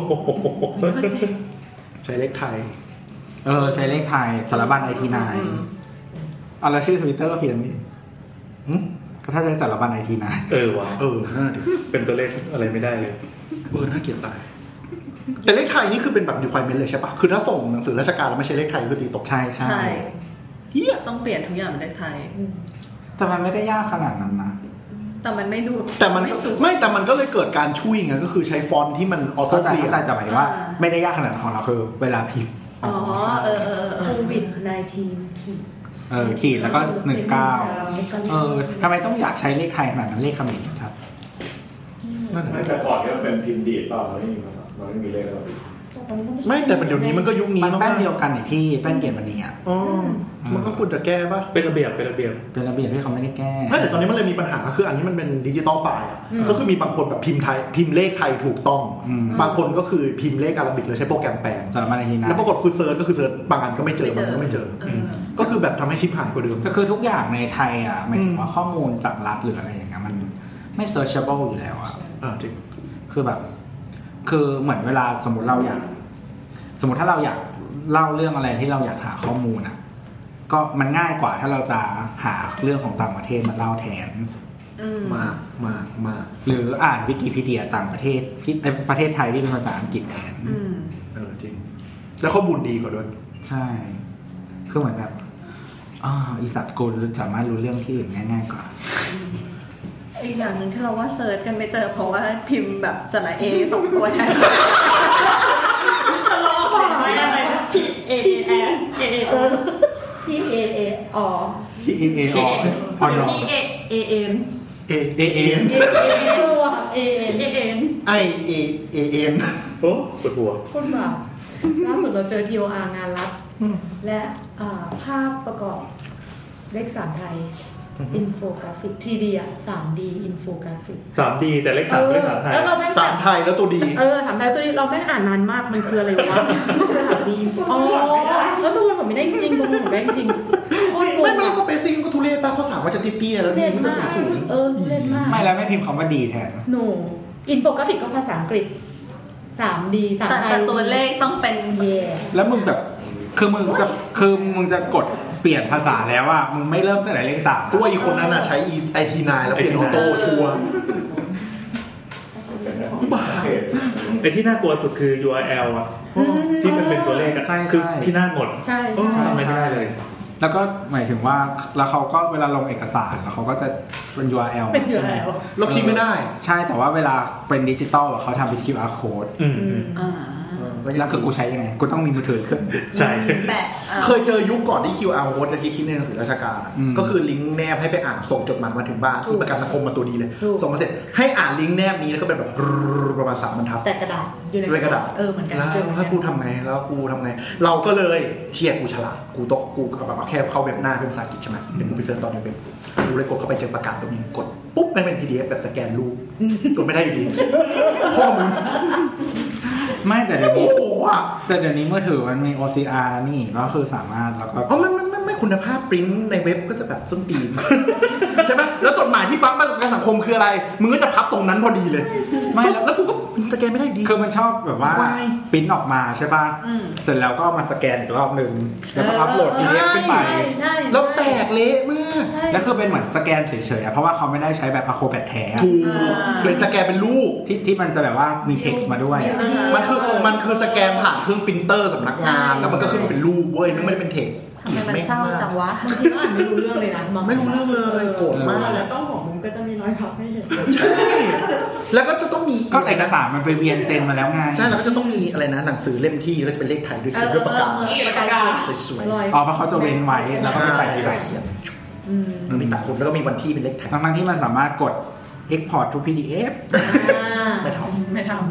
S4: ใช้เลขไทย
S5: ใช้เลขไทยสารบัญ IT9 แล้วชื่อ Twitter ก็เพียงนี้ก็ถ้าใช้สารบัญ IT9
S2: ว่ะ
S4: น่าดิ
S2: เป็นตัวเลขอะไรไม่ได้เลย
S4: น่าเกลียดตายแต่เลขไทยนี่คือเป็นแบบ requirement เลยใช่ปะคือถ้าส่งหนังสือราชการแล้วไม่ใช่เลขไทยก็ตีตก
S5: ใช่
S3: เหี้ยต้องเปลี่ยนทุกอย่างเป็นเลขไทย
S5: แต่มันไม่ได้ยากขนาดนั้นนะ
S3: แต่มันไม่ดู
S4: แต่มันไม่แต่มันก็เลยเกิดการช่วยไงก็คือใช้ฟอนต์ที่มันออโต้เปลี่ยน
S5: แต่หมายว่าไม่ได้ยากขนาดของเราคือเวลาพิมพ์
S1: โควิด-19
S5: ขีดแล้วก็19ทำไมต้องอยากใช้เลขไทยขนาดนั้นเลขเขมรครับ
S6: ไม่แต่ก่อนก็เป็นพิมพ์ดีดเปล่ามันไม่มีเลขอะไร
S4: ไม่แต่เดี๋ยวนี้มันก็ยุคนี้
S5: มันแป้นเดียวกันนี่พี่แป้นเกียรติมณีอ่ะ
S4: มันก็ควรจะแก้ป่ะ
S2: เป็นระเบียบ
S5: ที่เขาไม่ได้แก้
S4: ไม่แต่ตอนนี้มันเลยมีปัญหาคืออันนี้มันเป็นดิจิตอลไฟล์ก็คือมีบางคนแบบพิมพ์ไทยพิมพ์เลขไทยถูกต้องบางคนก็คือพิมพ์เลขอาราบิกเลยใช้โปรแกรมแปลงแล้วปรากฏคือเซิร์ชก็คือเซิร์ชบางอันก็ไม่เจอบางอันก็ไม่เจอก็คือแบบทำให้ชิปหายกว่าเดิม
S5: ก็คือทุกอย่างในไทยอ่ะหมายถึงว่าข้อมูลจากรัฐหรืออะไรอย่างเงี้ยมันไม่ searchable อยู่แล้วอ่ะ
S4: จริง
S5: คือแบบคือเหมือนเวลาสมมติถ้าเราอยากเล่าเรื่องอะไรที่เราอยากหาข้อมูลอ่ะก็มันง่ายกว่าถ้าเราจะหาเรื่องของต่างประเทศมาเล่าแทน
S4: มาก
S5: หรืออ่านวิกิพีเดียต่างประเทศที่ประเทศไทยที่เป็นภาษาอังกฤษแทน
S4: จริงแล้วข้อมูลดีกว่าด้วย
S5: ใช่คือเหมือนแบบอีสัตว์กูสามารถรู้เรื่องที่อื่นง่ายๆกว่า
S3: อีกอย่างนึงที่เราว่าเซิร์ชกันไม่เจอเพราะว่าพิมพ์แบบสระเอ2ตัวแทน
S1: ล้อบอกว่าอะไรนะ P A A N A A O
S3: P A A O
S5: P A A O
S1: P A A N
S5: A A N
S3: A N
S4: I A A N
S6: โอ้ปวดหัว
S3: คนแบบล่าสุดเราเจอ TOR งานรับและภาพประกอบเลข3ไทยอินโฟกราฟิก 3D อ่ะ 3D อินโฟกราฟิก
S2: 3D แต่เลข3เลข3ไทย
S3: แล้วเราไม่
S4: 3ไทยแล้วตัวดี
S3: 3ไทยตัวดีเราไม่อ่านนานมากมันคืออะไรวะ 3D แล้วประมวลผมไม่ได้จริงประมวลผมได้จริง
S4: ไม่มันสเปซซิ่งก็ทุเรศป่ะเพราะ3มันจะเตี้ยๆแล้วดีมันจะสูง
S3: เล่นมาก
S5: ไม่แล้วไม่พิมพ์คำว่าดีแทน
S3: โนอินโฟกราฟิกก็ภาษาอังกฤษ 3D 3ไทย
S1: แต่ตัวเลขต้องเป็น
S5: แล้วมึงแบบคือมึงจะกดเปลี่ยนภาษาแล้วอ่ะมึงไม่เริ่มตั้งแต่เลข3
S4: ตัวอีกคนนั้นน่ะใช้ IT9 แล้วเปลี่ยนออโต้ชัวร์บ้า
S2: ไอ้ที่น่ากลัวสุดคือ URL อ่ะที่มันเป็นตัวเลขอ่ะคือที่น่าหมด
S3: ใช่
S2: ไม่ได้เลย
S5: แล้วก็หมายถึงว่าแล้วเขาก็เวลาลงเอกสารแล้วเขาก็จะเป็น URL
S3: ใช่ไหม
S4: เราพิมพ์ไม่ได้
S5: ใช่แต่ว่าเวลาเป็นดิจิตอลเขาทำเป็น QR code แล้วคือกูใช้ยังไงกูต้องมีมือถือขึ้น
S2: ใช่
S4: เคยเจอยุคก่อนที่ QR code จะคิดในหนังสือราชการก็คือลิงก์แนบให้ไปอ่านส่งจดหมายมาถึงบ้านที่ประกันสังคมมาตัวดีเลยส่งมาเสร็จให้อ่านลิงก์แนบนี้แล้วก็เป็นแบบประมาณ3 บรรทัด
S3: แต่กระดาษอยู่ใน
S4: กระดาษ
S3: เหมือนกัน
S4: แล้วถ้ากูทำไงเราก็เลยเชียร์กูฉลาดกูแบบแค่เข้าเว็บหน้าเป็นภาษาอังกฤษใช่ไหมเดี๋ยวกูไปเซิร์ชตอนในเว็บกูเลยกดเข้าไปเจอประกาศตรงนี้กดปุ๊บมันเป็น PDF แบบสแกนรูปกดไม่ได้อยู่ดีข้อมูล
S5: ไม่แต่เดี๋ยวนี้มือถือมันมี OCR นี่ก็คือสามารถแล้วก็
S4: ไม่คุณภาพปริ้นในเว็บก็จะแบบส้นตีนใช่ไหมแล้วจดหมายที่ปั๊มประกันสังคมคืออะไรมึงก็จะพับตรงนั้นพอดีเลยไม่แล้วกูก็สแกนไม่ได้ดี
S5: คือมันชอบแบบว่าปริ้นออกมาใช่ป่ะเสร็จแล้วก็มาสแกนอีกรอบนึงแล้วก็อัพโหลด PDF ขึ้นไป
S4: แล้วแตกเละมาก
S5: แล้วคือเป็นเหมือนสแกนเฉยๆเพราะว่าเขาไม่ได้ใช้แบบ Acrobat แท้
S4: ถูกเลยสแกนเป็นรูป
S5: ที่มันจะแบบว่ามี text มาด้วย
S4: มันคือสแกนผ่านเครื่องปรินเตอร์สำนักงานแล้วมันก็ขึ้นเป็นรูปเว้ยไม่ได้เป็นเท็กซ์
S1: ทำไมมันเศร้าจังวะบางทีก็อ่านไม่รู้เรื่องเลยนะ
S4: ไม่รู้เรื่องเลยโกรธมาก
S1: แล้วต้องของมึงก็จะมีรอยพับให้เห็น
S4: ใช่แล้วก็จะต้องมี
S5: ก็เอกสารมันไปเวียนเซ็นมาแล้วไง
S4: ใช่แล้วก็จะต้องมีอะไรนะหนังสือเล่มที่แล้วจะเป็นเลขไทยด้วยเขียนด้วยปากกาสวย
S5: ๆอ๋อเพราะเขาจะเว้นไว้แล้วก็ใส่ทีหลัง
S4: มีตัดคนแล้วก็มีวันที่เป็นเลขไทย
S5: ทั้งที่มันสามารถกด export to PDF
S1: ไม่ทำ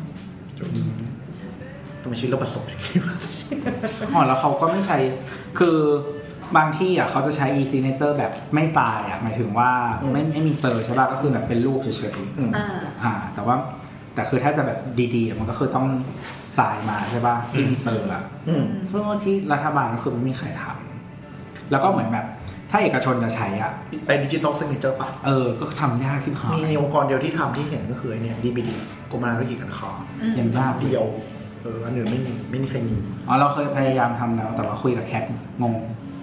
S4: ทำไมชีวิตเราประสบอย่างนี้
S5: แล้วเขาก็ไม่ใช้คือบางที่อ่ะเขาจะใช้ e-signature แบบไม่ทรายอ่ะหมายถึงว่าไม่มีเซอร์ใช่ป่ะก็คือแบบเป็นรูปเฉยๆแต่คือถ้าจะแบบดีๆมันก็คือต้องทรายมาใช่ป่ะที่มีเซอร์อ่ะซึ่งที่รัฐบาลก็คือไม่มีใครทำแล้วก็เหมือนแบบถ้าเอกชนจะใช้อ่ะ
S4: ไปดิจิตอลซิกเนเจอร์ป่ะ
S5: ก็ทำยากชิบหาย
S4: มีองค์กรเดียวที่ทำที่เห็นก็คือเนี่ย DBD กรมธนาธุรกิจการค้า
S5: อย่างยาก
S4: เดียวอันอื่นไม่มีใครมี
S5: เราเคยพยายามทำแล้วแต่ว่าคุยกับแคทงง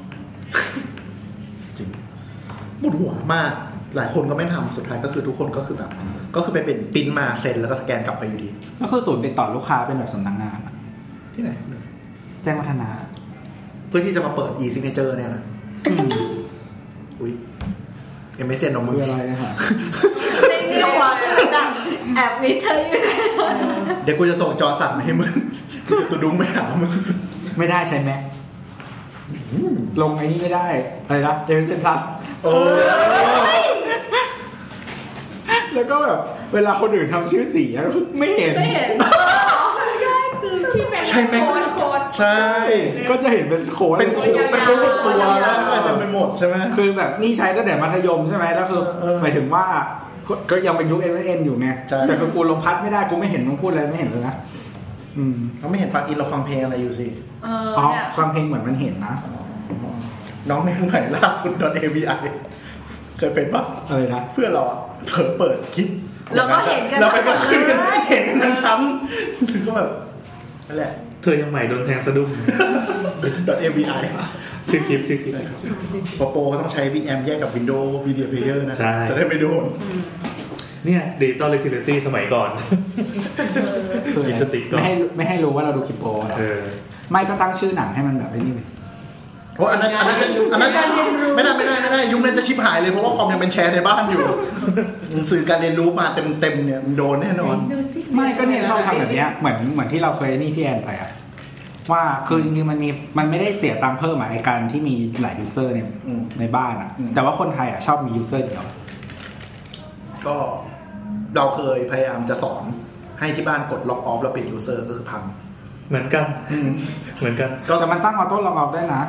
S4: จริงปวดหัวมากหลายคนก็ไม่ทำสุดท้ายก็คือทุกคนก็คือแบบก็คือไปเป็นปริ้นมาเซ็นแล้วก็สแกนกลับไปอยู่ดี
S5: ก็คือศูนย์ติดต่อลูกค้าเป็นแบบสำนักงาน
S4: ที่ไหน
S5: แจ้งวัฒนะ
S4: เพื่อที่จะมาเปิด e-signature เนี่ยนะอุ้ยยังไม่เซ็นหรอกมึง
S5: อะไรนะฮะ
S1: ไม่เรียกว่าแอบวิทยุ
S4: เดี๋ยวกูจะส่งจอสั่นมาให้มึงกูจะตัวดุ้งไปหามึง
S5: ไม่ได้ใช่ไหมลงไอ้นี่ไม่ได้อะไรนะเจเซนพลัสแล้วก็แบบเวลาคนอื่นทำชื่อสีไม่เห็น
S4: ใช่ไหมใช่
S5: ก็จะเห็นเป็นโค้ด
S4: เป็นโค้ดตัวแล้วเต็มไปหมดใช่ไหม
S5: คือแบบนี่ใช้ตั้งแต่มัธยมใช่ไหมแล้วคือหมายถึงว่าก็ยังเป็นยุค MSN อยู่ไงแต่คือกูลงพัดไม่ได้กูไม่เห็นมึงพูดอะไรไม่เห็นเลยนะ
S4: เขาไม่เห็นฟังอินเราฟังเพลงอะไรอยู่สิ
S5: ฟังเพลงเหมือนมันเห็นนะ
S4: น้องในใหม่ล่าสุด .avi เคยเป็นปะ
S5: อะไรนะ
S4: เพื่อนเราเปิดคลิป
S1: แล้วก็เห็นกัน
S4: เราไปก็คือเห็นทั้งชั้นก็แบบนั่นแหละ
S2: เธอยังใหม่โดนแทงสะดุ้ง
S4: .avi
S2: ชื่อคลิป
S4: โปรก็ต้องใช้ Winamp แยกกับ Windows Media Player นะจะได้ไม่โดน
S2: เนี่ย Digital Literacy สมัยก่อนมีสติก่อน
S5: ไม่ให้รู้ว่าเราดูคลิปโปรไม่ก็ตั้งชื่อหนังให้มันแบบไอ้นี่เลย
S4: โอ้อันนั้นไม่ได้ยุคนั้นจะชิบหายเลยเพราะว่าคอมยังเป็นแชร์ในบ้านอยู่หนังสือการเรียนรู้มาเต็มเนี่ยมันโดนแน่นอน
S5: ไม่ก็เนี่ยชอบทำแบบนี้เหมือนที่เราเคยนี่พี่แอนไปอะว่าคือจริงๆมันไม่ได้เสียตังค์เพิ่มไอ้การที่มีหลายยูเซอร์เนี่ยในบ้านอะแต่ว่าคนไทยอะชอบมียูเซอร์เดียว
S4: ก็เราเคยพยายามจะสอนให้ที่บ้านกดล็อกออฟแล้วปิดยูเซอร์ก็คือพัง
S2: เหมือนกัน
S5: แต่มันตั้งออโต้ล็อกออฟได้นะ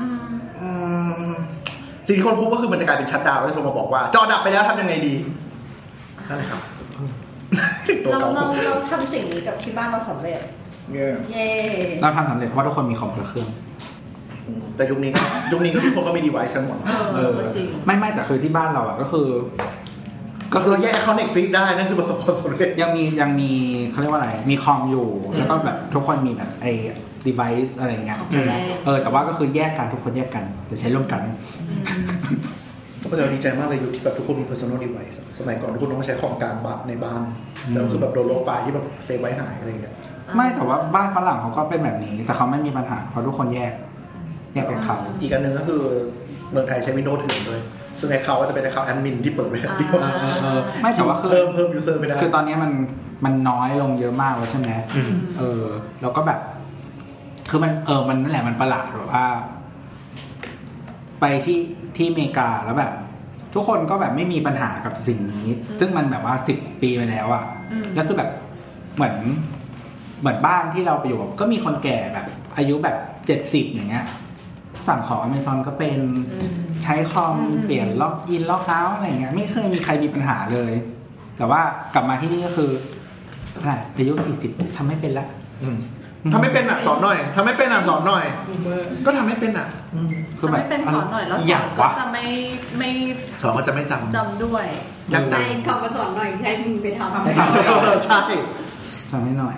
S4: สิ่งที่คนพบก็คือมันจะกลายเป็นชัตดาวน์แล้วจะโทรมาบอกว่าจอดับไปแล้วทำยังไงดีนั่นแหละครับ
S3: เราทำสิ่งนี้กับที่บ้านเราสำเร็จเย้
S5: เราทำสำเร็จเพราะทุกคนมีคอมพิวเตอร์เครื่อง
S4: แต่ยุคนี้ก็ทุกคนก็มี device ทั้งหมด
S3: จริง
S5: ไม่แต่คือที่บ้านเราอะก็คือ
S4: แยกเขาNetflixได้นั่นคือประสบความสำเร็จ
S5: ยังมีเขาเรียกว่าอะไรมีคอมอยู่แล้วก็แบบทุกคนมีแบบไอ้ device อะไรเงี้ยใช่ไหมแต่ว่าก็คือแยกกันทุกคนแยกกันจะใช้ร่วมกัน
S4: ก็จะดีใจมากเลยยุคที่แบบทุกคนมี personal device สมัยก่อนทุกคนต้องใช้คอมกลางบ้านในบ้านแล้วคือแบบโดนลบไฟล์ที่แบบเซฟไว้หายอะไรเงี้ย
S5: ไม่แต่ว่าบ้านฝรั่งเขาก็เป็นแบบนี้แต่เขาไม่มีปัญหาเพราะทุกคนแยกกันเขา
S4: อีกอันนึงก็คือเมืองไทยใช้ Windows เถื่อนด้วยซึ่งในเขาก็จะเป็นเขาแอดมินที่เปิดไว้เดียว
S5: ไม่แต่ว่า
S4: เพิ่มยูเซอร์ไม่ได้
S5: คือตอนนี้มันน้อยลงเยอะมากแล้วใช่ไหมแล้วก็แบบคือมันนั่นแหละมันประหลาดแบบว่าไปที่อเมริกาแล้วแบบทุกคนก็แบบไม่มีปัญหากับสิ่งนี้ซึ่งมันแบบว่า10 ปีไปแล้วอ่ะแล้วคือแบบเหมือนบ้านที่เราไปอยู่ก็มีคนแก่แบบอายุแบบ70อย่างเงี้ยสั่งของ Amazon ก็เป็นใช้คอมเปลี่ยนล็อกอินล็อกเอาท์อะไรเงี้ยไม่เคยมีใครมีปัญหาเลยแต่ว่ากลับมาที่นี่ก็คืออะไรอายุ40ทำไม่เป็นละ
S4: ทำไม่เป็นอ่ะสอนหน่อยทำไม่เป็นอ่ะสอนหน่อยก็ทำไม่เป็นอ่ะ
S3: คือแบบเป็นสอนหน่อยแล้วสอนก็จะไม่
S4: สอนก็จะไม่จ
S3: ำด้วย
S1: ในคำว่าสอนหน่อยใช้มึงไปทำ
S4: ใช่
S5: ทำให้หน่อย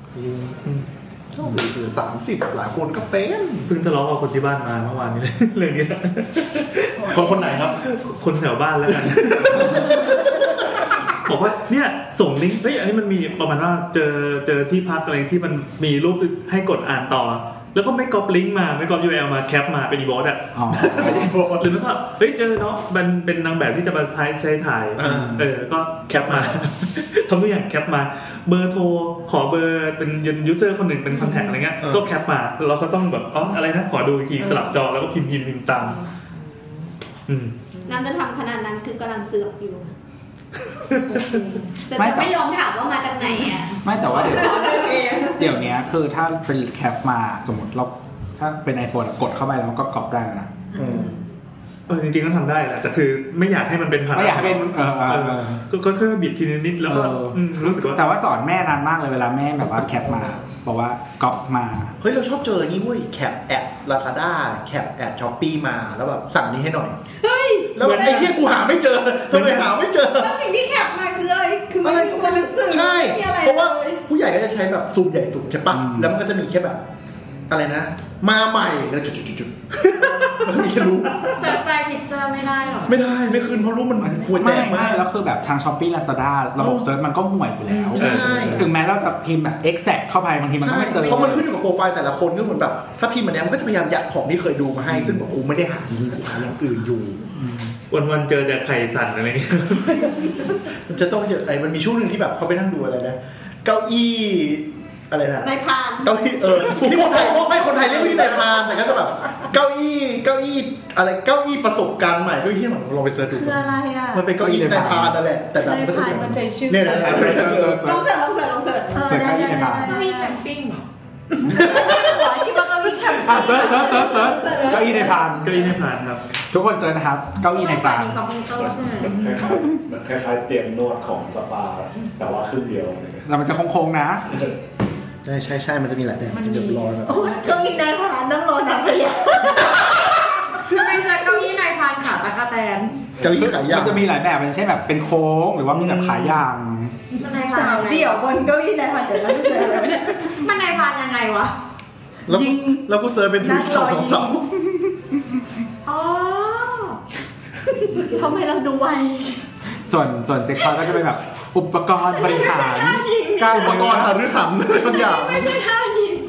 S4: สื่อ30หลายคนก็เป็น
S2: เพิ่งทะเลาะกับคนที่บ้านมาเมื่อวานนี้เลยเรื่องนี้
S4: คนไหนครับ
S2: คนแถวบ้านแล้วกันบอกว่าเนี่ยส่งลิงก์อันนี้มันมีประมาณว่าเจอที่พักอะไรที่มันมีรูปให้กดอ่านต่อแล้วก็ไม่ก๊อปลิงก์มาไม่ก๊อป URL มาแคปมาเป็นอีโบสอ่ะ
S4: ไม่ใช่โบส
S2: หรือว่าเจอเนาะมันเป็นนางแบบที่จะมาใช้ถ่ายก็แคปมาทำทุกอย่างแคปมาเบอร์โทรขอเบอร์เป็นยูเซอร์คนหนึ่งเป็นคอนแทคอะไรเงี้ยก็แคปมาเราก็ต้องแบบอะไรนะขอดูอีกทีสลับจอแล้วก็พิมพ์ตาม
S1: น้ำจะทำขนาดนั้นคือกำลังเสือกอยู่แต่ไม่ยอมถามว่ามาจากไหนอ่ะ
S5: ไม่แต่ว่าเดี๋ยวนี้คือถ้าเป็นแคปมาสมมติเราถ้าเป็น iPhone กดเข้าไปแล้วมันก็ก๊อปได้นะ
S2: จริงๆก็ทำได้แหละแต่คือไม่อยากให้มันเป็น
S5: ไม่อยากให้เป็น
S2: ก็แค่บิดทีนิดแล้วรู้สึกว่า
S5: แต่ว่าสอนแม่นานมากเลยเวลาแม่แบบว่าแคปมาบอกว่าก๊อปมา
S4: เฮ้ยเราชอบเจอนี่เว้ยแคปแอด Lazada แคปแอด Shopee มาแล้วแบบสั่งนี้ให้หน่อย
S3: เฮ้ย
S4: แล้วไอ้เหี้ยกูหาไม่เจอทำไมหาไม่เจอ
S3: แล้วสิ่งที่แคปมาคืออะไรคือตัวหนังสือ
S4: ใช่เพราะว่าผู้ใหญ่ก็จะใช้แบบซูมใหญ่สุดใช่ปะแล้วมันก็จะมีแค่แบบอะไรนะมาใหม่แล้วจุดๆมันมีแค่รู้
S1: เซิร์ชไปพิกเจอร์ไม่ได้หรอ
S4: ไม่ได้ไม่ขึ้นเพราะรู้มันห่วยแตกมาก
S5: แล้วคือแบบทาง Shopee Lazada ระบบเซิร์ชมันก็ห่วยอยู่แล้วถึงแม้เราจะพิมพ์แบบ exact เข้าไปบางทีมันก็ไม่เจอ
S4: เพราะมันขึ้นอยู่กับโปรไฟล์แต่ละคนก็เหมือนแบบถ้าพิมพ์มันเนี้ยมันก็จะพยายามยัดของที่เคยดูมาให้ซึ่งแบบกูไม่ได้หาที่กูหาอย่างอื่นอยู่
S2: วันๆเจอแต่ไข่สั่นอะไรเงี้ย
S4: มันจะต้องเจอไอ้มันมีช่วงนึงที่แบบเขาไปนั่งดูอะไรนะเก้าอี้อะไรนะ
S3: นายพาน
S4: เก้าอี้ที่คนไทยไม่คนไทยเรียกว่านายพานแต่ก็จะแบบเก้าอี้อะไรเก้าอี้ประสบการณ์ใหม่เก้าอี้ที่ลองไปเสิร์ชดู
S3: คืออะไรอ่ะ
S4: มันเป็นเก้าอี้นายพานนั่นแหละแต่แบบ
S3: มันจะมันใจชื่อ
S4: เนี่ย
S3: ลองเสิร์ชเก้าอี้แคมปิ้งคิดว่าเก้าอี้แคมปิ้ง
S5: เสิร์ชเก้าอี้นายพาน
S2: ครับ
S5: ทุกคนเสิร์ชนะครับเก้าอี้นายพาน
S6: มันคล้ายๆเตียงนวดของสปาแต่ว่าครึ่งเดียว
S5: แล้วมันจะโค้งๆนะ
S4: ใช่มันจะมีหลายแบบมันจะเดือดร้อนแบบ
S3: เก้าอี้นายพานนั่งรอนักพยา
S1: ไม่ใช่เก้าอี้นายพานขาตะกะแตน
S4: เก้าอี้ขายยาง
S5: มันจะมีหลายแบบมันเช่นแบบเป็นโค้งหรือว่ามีแบบขายยาง
S3: สาวเดี่ยวบนเก้าอี้นายพานเดี๋ยวเราจะเจออะไรเนี่ย
S1: มันนายพานยังไงวะ
S4: แล้วกูเซิร์ชเป็นทวิต222
S1: อ๋อ
S3: ทำไมเราดูไว
S5: ส่วนเซ็กชวลก็จะเป็นแบบอุปกรณ์บริหารกล้าม
S4: อุปกรณ์หารือหันอะไรบางอย่าง
S1: ไม่ใช่ท่ายิง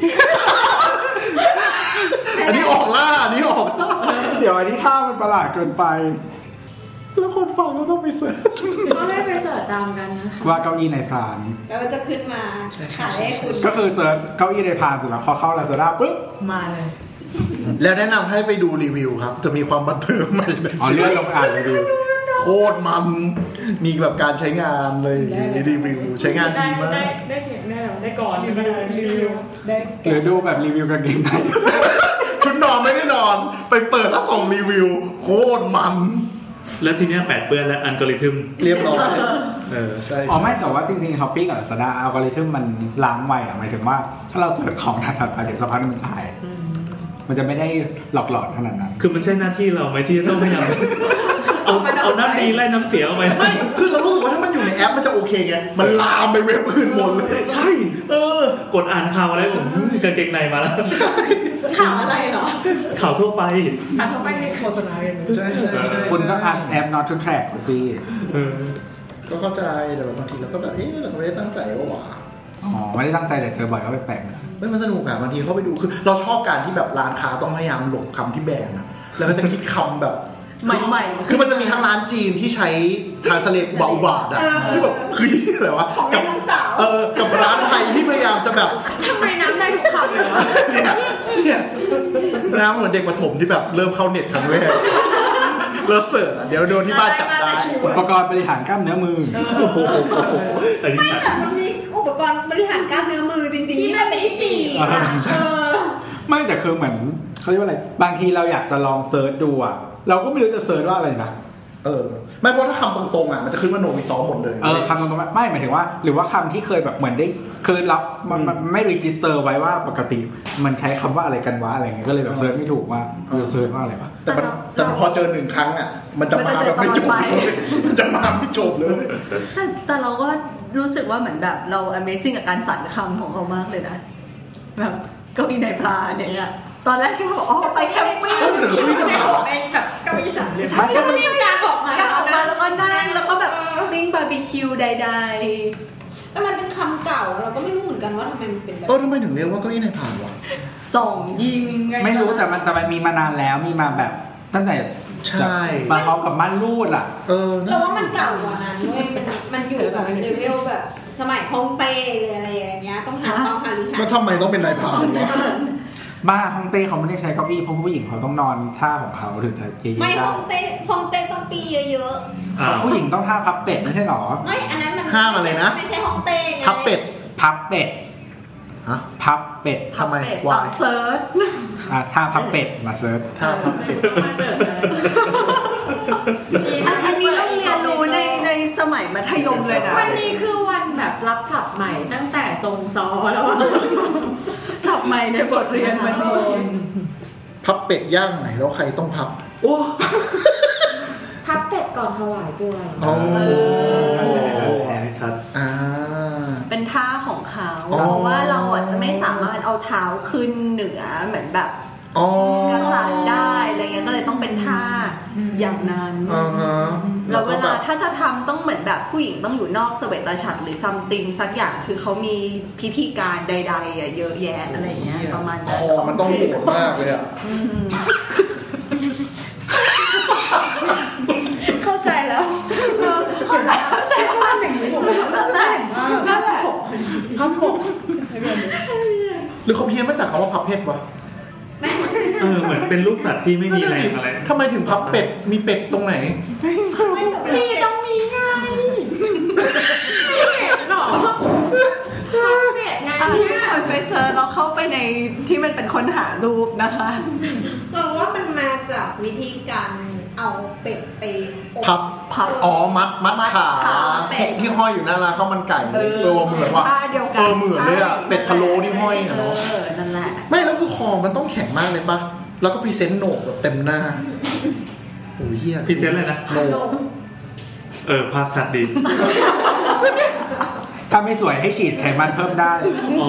S4: อันนี้ออกล่า
S5: เดี๋ยวอันนี้ท่ามันประหลาดเกินไป
S4: แล้วคนฟังก็ต้องไปเสิร์ช
S1: ก็ได้ไปเสิร์ชตามกันนะคะ
S5: ว่าเก้าอี้ในพราน
S3: แล้วจะขึ้นมาขายให้คุณ
S5: ก็คือเสิร์ชเก้าอี้ในพรานเสร็จแล้วพอเข้า Lazada ปุ๊บ
S1: มาเลย
S4: แล้วแนะนำให้ไปดูรีวิวครับจะมีความบันเทิงใหม่ใน
S5: เลื่อนลงอ่านรีวิว
S4: โคตรมันมีแบบการใช้งานเลยรีวิวใช้งานดีมาก
S1: ได้เห็นได้ก่อนก็ได้รีวิวได้
S5: หรือดูแบบรีวิวกางเกงใน
S4: ชุดนอนไม่ได้นอนไปเปิดแล้วส่งรีวิวโคตรมัน
S2: แล้วทีนี้แปดเปื้อนแล้วอัลกอริทึม
S4: เรียบร้อย
S5: ใช่อ๋อไม่แต่ว่าจริงๆ Shopee กับ Lazada อัลกอริทึมมันล้างไวหมายถึงว่าถ้าเราเสิร์ชของถัดไปเดี๋ยวสักพักมันจะหายมันจะไม่ได้หลอกหลอนขนาดนั้น
S2: คือมันใช่หน้าที่เราไหมที่ต้องพยายามเอาน้ำดีไล่น้ำเสียออกไป
S4: ไม่คือเรารู้สึกว่าถ้ามันอยู่ในแอปมันจะโอเคไงมันลามไปเว็บอื่นหมดเลย
S2: ใช่กดอ่านข่าวอะไรผมกางเกงในมาแล้ว
S1: ข่าวอะไรเหรอ
S2: ข่าวทั่วไป
S1: ในโฆษณากัน
S4: ใช่
S5: คุณก็ ask app not to track สิ
S4: ก็เข้าใจแต่บางทีเราก็แบบเราไม่ได้ตั้งใจว่าหว่า
S5: ไม่ได้ตั้งใจแต่เจอบ่อยก็แปลกๆนะ
S4: มันสนุกอะบางทีเข้าไปดูคือเราชอบการที่แบบร้านค้าต้องพยายามหลบคำที่แบนนะแล้วก็จะคิดคำแบบ
S3: ใหม่ๆ
S4: คือมันจะมีทั้งร้านจีนที่ใช้ทรานสเลทเบาบาดอะที่แบบคืออะไรวะกับร้านไทยที่พยายามจะแบบ
S1: ทำไมน้ำได้ทุกคำเลยวะ
S4: เนี่ยน้ำเหมือนเด็กประถมที่แบบเริ่มเข้าเน็ตครั้งแรกเราเสิร์ชเดี๋ยวโดนที่บ้านจับได้
S5: อุปกรณ์บริหารกล้ามเนื้อมือ
S3: ไม่แต่มันมีอุปกรณ์บริหารกล้ามเนื้อมือจริงๆที่มันเป็นที่ดี
S5: ไม่แต่คือเหมือนเขาเรียกว่าอะไรบางทีเราอยากจะลองเซิร์ชดูอะเราก็ไม่รู้จะเซิร์ชว่าอะไรนะ
S4: ไม่เพราะถ้าคำตรงๆอ่ะมันจะขึ้นว่าโนมิซอหมดเลย
S5: คำตรงๆไม่หมายถึงว่าหรือว่าคำที่เคยแบบเหมือนได้คือเรามันไม่รีจิสเตอร์ไว้ว่าปกติมันใช้คำว่าอะไรกันวะอะไรเงี้ยก็เลยแบบเซิร์ชไม่ถูกว่าจะเซิร์ชว่าอะไรวะ
S4: แต่พอเจอ1ครั้งอ่ะมันจะมาแบบไม่จบมันจะมาไม่จบเลย
S3: แต่เราก็รู้สึกว่าเหมือนแบบเรา Amazing กับการสรรคำของเขามากเลยนะแบบเก้าอี้ในพลาเนี่ยตอนแรกที่เขาบอกไปแคมปิ้ง
S1: ไม่บอกเองแบบเก้าอี้สั่นเลย
S3: ใช่ก็มีการบอกมาแล้วก็นั่งแล้วก็แบบปิ้งบาร์บีคิวใดๆแต่มันเป็นคำเก่าเราก็ไม่รู้เหมือนกันว่าทำไมมันเป็นแบบ
S4: ทำไมถึงเรียกว่าเก้าอี้ในพลาวะ
S3: ส่องยิง
S5: ไม่รู้แต่มันมีมานานแล้วมีมาแบบตั้งแต่
S4: ใช่
S5: มาพร้อมกับม่านรูดอ่ะ
S3: เราว่ามันเก่ากว่านั้นด้วยมันอยู่กับเลเวลแบบสมัยฮ่องเต้เลยอะไรอย่างเงี้ยต้องหาความหารือหา
S4: แล้วทำไมต้องเป็นนายพรานวะ
S5: บ้าฮ่องเต้เขาไม่ได้ใช้เก้าอี้เพราะผู้หญิงเขาต้องนอนท่าของเขาถึงจะเยอะๆ
S3: ไม่ฮ่องเต้ต้องปีเยอะ
S5: ๆผู้หญิงต้องท่าพับเป็ดไม่ใช่หรอ
S3: ไม่อันนั้นมัน
S4: ห้ามอะไรนะ
S3: ไม่ใช่ฮ่องเต้ไง
S4: พับเป็ด
S5: ฮะพับเป็ด
S4: ทำไม
S3: ต่อเซิร์ช
S5: ท่าพับเป็ดมาเซิร์ช
S4: ท่าพับเป็ด
S1: มาเซิร์ช
S3: อันนี้เราเรียนรู้ในสมัยมัธยมเลยนะ
S1: วันนี้คือวันแบบรับศัพท์ใหม่ตั้งแต่ทรงซอแล้ว
S3: ศัพท์ใหม่ในบทเรียนวันนี้
S4: พับเป็ดย่างใหม่แล้วใครต้องพับ
S1: โอ้พับเป็ดก่อนถวายตัว
S4: โอ้
S2: ชัด
S3: เป็นท่าของเขาเพราะว่าเราจะไม่สามารถเอาเท้าขึ้นเหนือเหมือนแบบกระสานได้อะไรเงี้ยก็เลยต้องเป็นท่าอย่างนั้นแล้วเวลาถ้าจะทำต้องเหมือนแบบผู้หญิงต้องอยู่นอกเสวตฉัตรหรือซัมติงสักอย่างคือเขามีพิธีการใดๆเยอะแยะอะไรเงี้ยประมาณนั้น
S4: มันต้องโหดมากเลยอ่ะ
S1: เข้าใจแล้ว
S3: ใช่ว่าอย่างนี้ผมนั่นแหละ
S1: พับผม
S4: หรือเขาเพี้ยนมาจากคำว่าพับเพชรวะ
S2: เหมือนเป็นลูกสัตว์ที่ไม่มีแรงอะไร
S4: ทำไมถึงพับเป็ดมีเป็ดตรงไหน
S1: มีต้องมีไงหรอพับเป็ดไง
S3: คนไปเซิร์ชเราเข้าไปในที่มันเป็นคนหารูปนะคะเราว่ามันมาจากวิธีการเอาเป็ดไป
S4: พับมัดขาที่ห้อยอยู่นั่นละข้าวมันไก่เหมือนว่ะเหมือนเลยอ่ะเป็ดพะโล้ที่ห้อยเนาะ
S3: นั่นแหละ
S4: ไม่แล้วคือคอมันต้องแข็งมากเลยปะแล้วก็พรีเซนต์โหนกแบบเต็มหน้าโอ้ยเหี้ย
S2: พรีเซนต์อะไรนะ
S4: โหนก
S2: ภาพชัดดี
S5: ถ้าไม่สวยให้ฉีดไขมันเพิ่มได้
S2: อ๋อ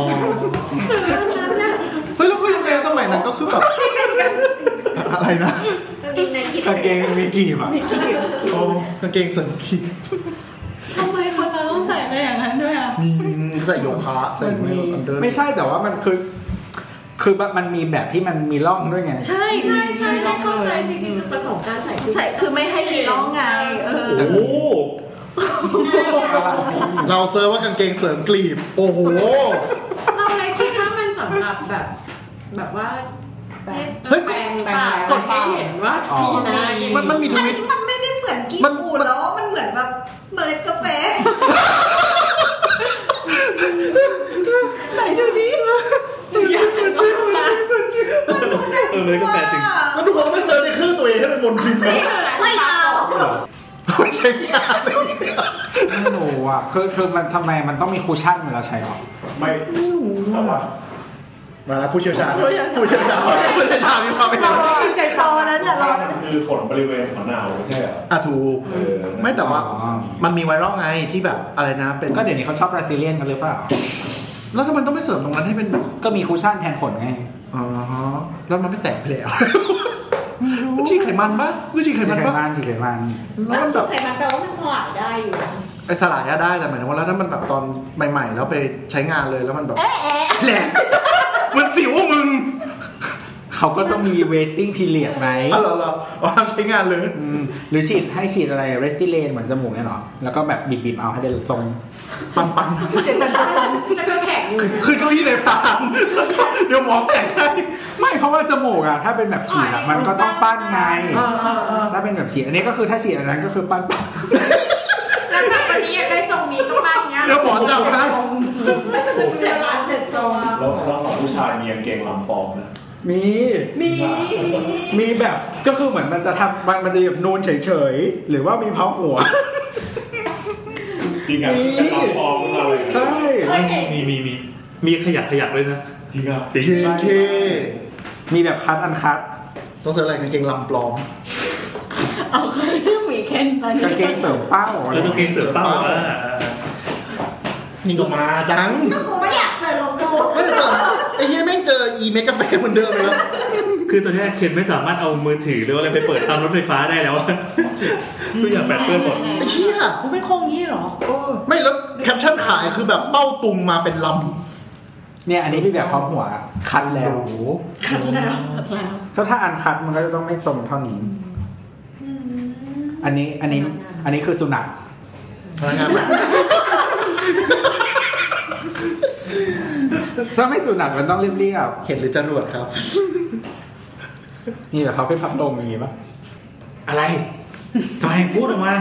S4: เฮ้ยแล้วก็ยังไงสมัยนั้นก็คือแบบอะไรนะ
S5: กางเกงมีกีบอ่ะ
S4: โอ้กางเกงเสริมขีด
S1: ทำไมคนเราต้องใส่ไปอย่างนั้นด้วยอ่ะ
S4: มีใส่โยคะใส่
S5: มันมี
S4: อันเดิร์
S5: ไม่ใช่แต่ว่ามันคือมันมีแบบที่มันมีร่องด้วยไง
S1: ใช่ไม่เข้าใจจริงๆจุดประสงค์การใส่
S3: ใช่คือไม่ให้มีร่องไง
S2: โอ้โห
S4: เราเซิร์ฟว่ากางเกงเสริมกลีบโอ้โห
S1: เราเลยคิดว่ามันสำหรับแบบว่าแปลงหรือเปล่าคนให้เห็นว่าพี่นะ
S4: มันมีท
S3: อัน
S4: วิต
S3: นี้มันไม่ได้เหมือนกีบูดแล้วมันเหมือนแบบเมล็ดกาแฟไหนดูดิ
S2: เลยก็แปลจริง
S4: แล้วทุกคนไม่เซิร์ฟในเครื่องตัวเองให้เป็นมนต์พิมพ์นะ
S3: ไม่เอา
S4: ไม่ใช่งาน
S5: ไม่รู้อ่ะคือมันทำไมมันต้องมีคูชั่นเวลาใช้หรอ
S6: ไม่แต่ว่า
S4: มาแล้วผู้เชี่ยวชาญผู้เชี่ยวชาญมีความไม่รู้
S3: ไก่ตอนั้นเนี่ยเรา
S6: คือขนบริเวณหัวหนาวไม่ใช่เหรอ
S4: อ่ะถูกไม่แต่ว่ามันมีไวรัลไงที่แบบอะไรนะเป็น
S5: ก็เดี๋ยวนี้เขาชอบบราซิเลียนกันหรือเปล่า
S4: แล้วทำไมต้องไปเสริมตรงนั้นให้เป็นแบบ
S5: ก็มีคูชั่นแทนขนไง
S4: อ๋อแล้วมันไม่แตกไปแล้วฉีดไขมันปะคือฉีดไข
S5: ฉี
S4: มัน
S5: ดไข
S4: ปะ
S5: มันฉีดไขมัน
S4: แล้วมัน
S3: สุ
S4: แบ
S3: ด
S4: บ
S3: ไขมันแปลว่ามันสลายได้อยู่นะ
S4: ไอ้สลายได้แต่หมายถึงว่าแล้วถ้ามันแบบตอนใหม่ๆแล้วไปใช้งานเลยแล้วมันแบบแหละมันสิวว่ามึง
S5: เขาก็ต้องมี waiting period ไหม
S4: อ๋อเหรออ๋อทำใช้งานเลย
S5: หรือฉีดอะไร Restylane เหมือนจมูกเนี่ยหรอแล้วก็แบบบีบเอาให้เป็นทรง
S4: ปัน
S1: แล้วก็แข็งอยู่
S4: ขึ้นเก้าอี้เลยปานเดี๋ยวหมอแต่งให้
S5: ไม่เพราะว่าจมูกอะถ้าเป็นแบบฉีดอะมันก็ต้องปั้นไงถ้าเป็นแบบฉีดอันนี้ก็คือถ้าฉีดอันนั้นก็คือปั้น
S1: แล้วแบบวันนี้อยากได้ทรงนี้ก็ปั้นเงี้ย
S4: เดี๋ยวหมอจับให้
S1: เจ็บร้านเสร็จทรง
S6: แล้วของผู้ชายมีกางเกงลำปอมนะ
S5: มีแบบก็คือเหมือนมันจะทำมันจะแบบนูนเฉยๆหรือว่ามีเผาหัว
S6: จริงอ่ะลำปอมขึ้นมาเลย
S5: ใช่
S2: มีขยักเลยนะ
S6: จริงอ่ะ
S2: จริง
S4: เค
S5: มีแบบคัทอันคัท
S4: ต้องเสื้ออะไรกางเกงลำปลอม
S1: เอาใครที่มีเค้นตอน
S5: กางเก
S1: นี้
S5: งเสริมเป้าอะไร
S2: แล้วตัวเกงเสือเป้า
S4: นี่ก็มาจัง
S3: ก็กูไม่อยากเสิร์ฟลงกู
S4: ไม่เจอไอ้เฮียแม่งเจออีเมกาแฟเหมือนเดิมเลยแล้ว
S2: คือตอนนี้เคนไม่สามารถเอามือถือหรืออะไรไปเปิดตามรถไฟฟ้าได้แล้วทุกอย่างแปดเปื้อนหมด
S4: ไอ้เชี่ย
S1: กูเป็นคงนี้เหรอ
S4: ไม่แล้วแคปชั่นขายคือแบบเป้าตุงมาเป็นล
S5: เนี่ยอันนี้มีแบบพร้อมหัวคัทแล้ว
S3: ขัดแล้ว
S5: ก็ถ้าอันคัทมันก็จะต้องไม่ทรงเท่านี้อันนี้คือสุนัข
S4: ำพนักงาน
S5: ถ้าไม่สุนัขมันต้องเรียบ
S4: เห็นหรือจรวดครับ
S5: ๆนี่แบบเขาขึ้นพับลมอย่างงี้ปะ
S2: อะไรทำไมพูดออกมา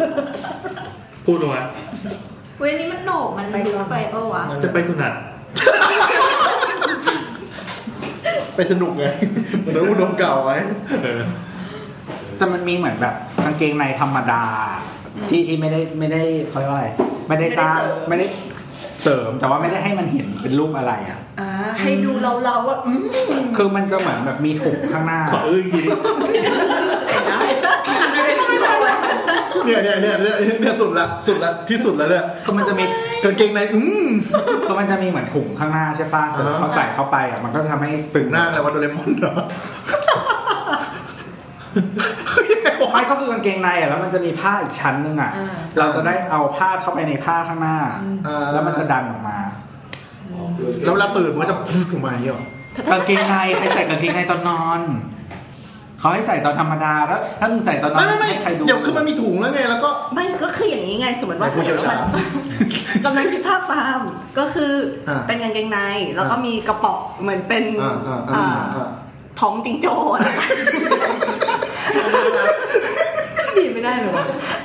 S3: เว้ยนี่มันโหนกมันไปรู้ไปเปล่าวะ
S2: จะไปสุนัต
S4: ไปสนุกไงเหมือนอุดมเก่าไว้
S5: แต่มันมีเหมือนแบบกางเกงในธรรมดาที่ไม่ได้เขาเรียกว่าอะไรไม่ได้สร้างไม่ได้เสริมแต่ว่าไม่ได้ให้มันเห็นเป็นรูปอะไรอ่ะ
S3: ให้ดูเราว่า
S5: คือมันจะเหมือนแบบมีถุงข้างหน้า
S2: ขออีกทีดิ
S1: ได้หันไปเป็นที่เรา
S4: เนี่ยสุดละที่สุดแล้วเนี่ย
S5: ก็มันจะมี
S4: กางเกงใน
S5: ก็มันจะมีเหมือนถุงข้างหน้าใช่ป่ะเขาใส่เข้าไปอ่ะมันก็จะทำให้ตึง
S4: หน้าอะไรวะโดเรมอนเหรอ
S5: ไม่ก็คือกางเกงในอ่ะแล้วมันจะมีผ้าอีกชั้นนึงอ่ะเราจะได้เอาผ้าเข้าไปในผ้าข้างหน้าแล้วมันจะดันออกมา
S4: แล้วเวลาตื่นมันก็จะพุ่งออกมาอย่างเงี้ยหรอก
S5: างเกงในใครใส่กางเกงในตอนนอนเขาให้ใส่ตอนธรรมดาแล้วถ้ามึงใส่ตอนนอนให้ใครดู
S4: เดี๋ยวคือมันมีถุงแล้วไงแล้วก็
S3: ไม่ก็คืออย่างนี้ไงสมมติว่า
S4: ผู้เชี่ยวชาญ
S3: กำลังคิดภาพตามก็คือเป็นกางเกงในแล้วก็มีกระเป๋าเหมือนเป็นท้องจิงโจ้ดีไม่ได้เลย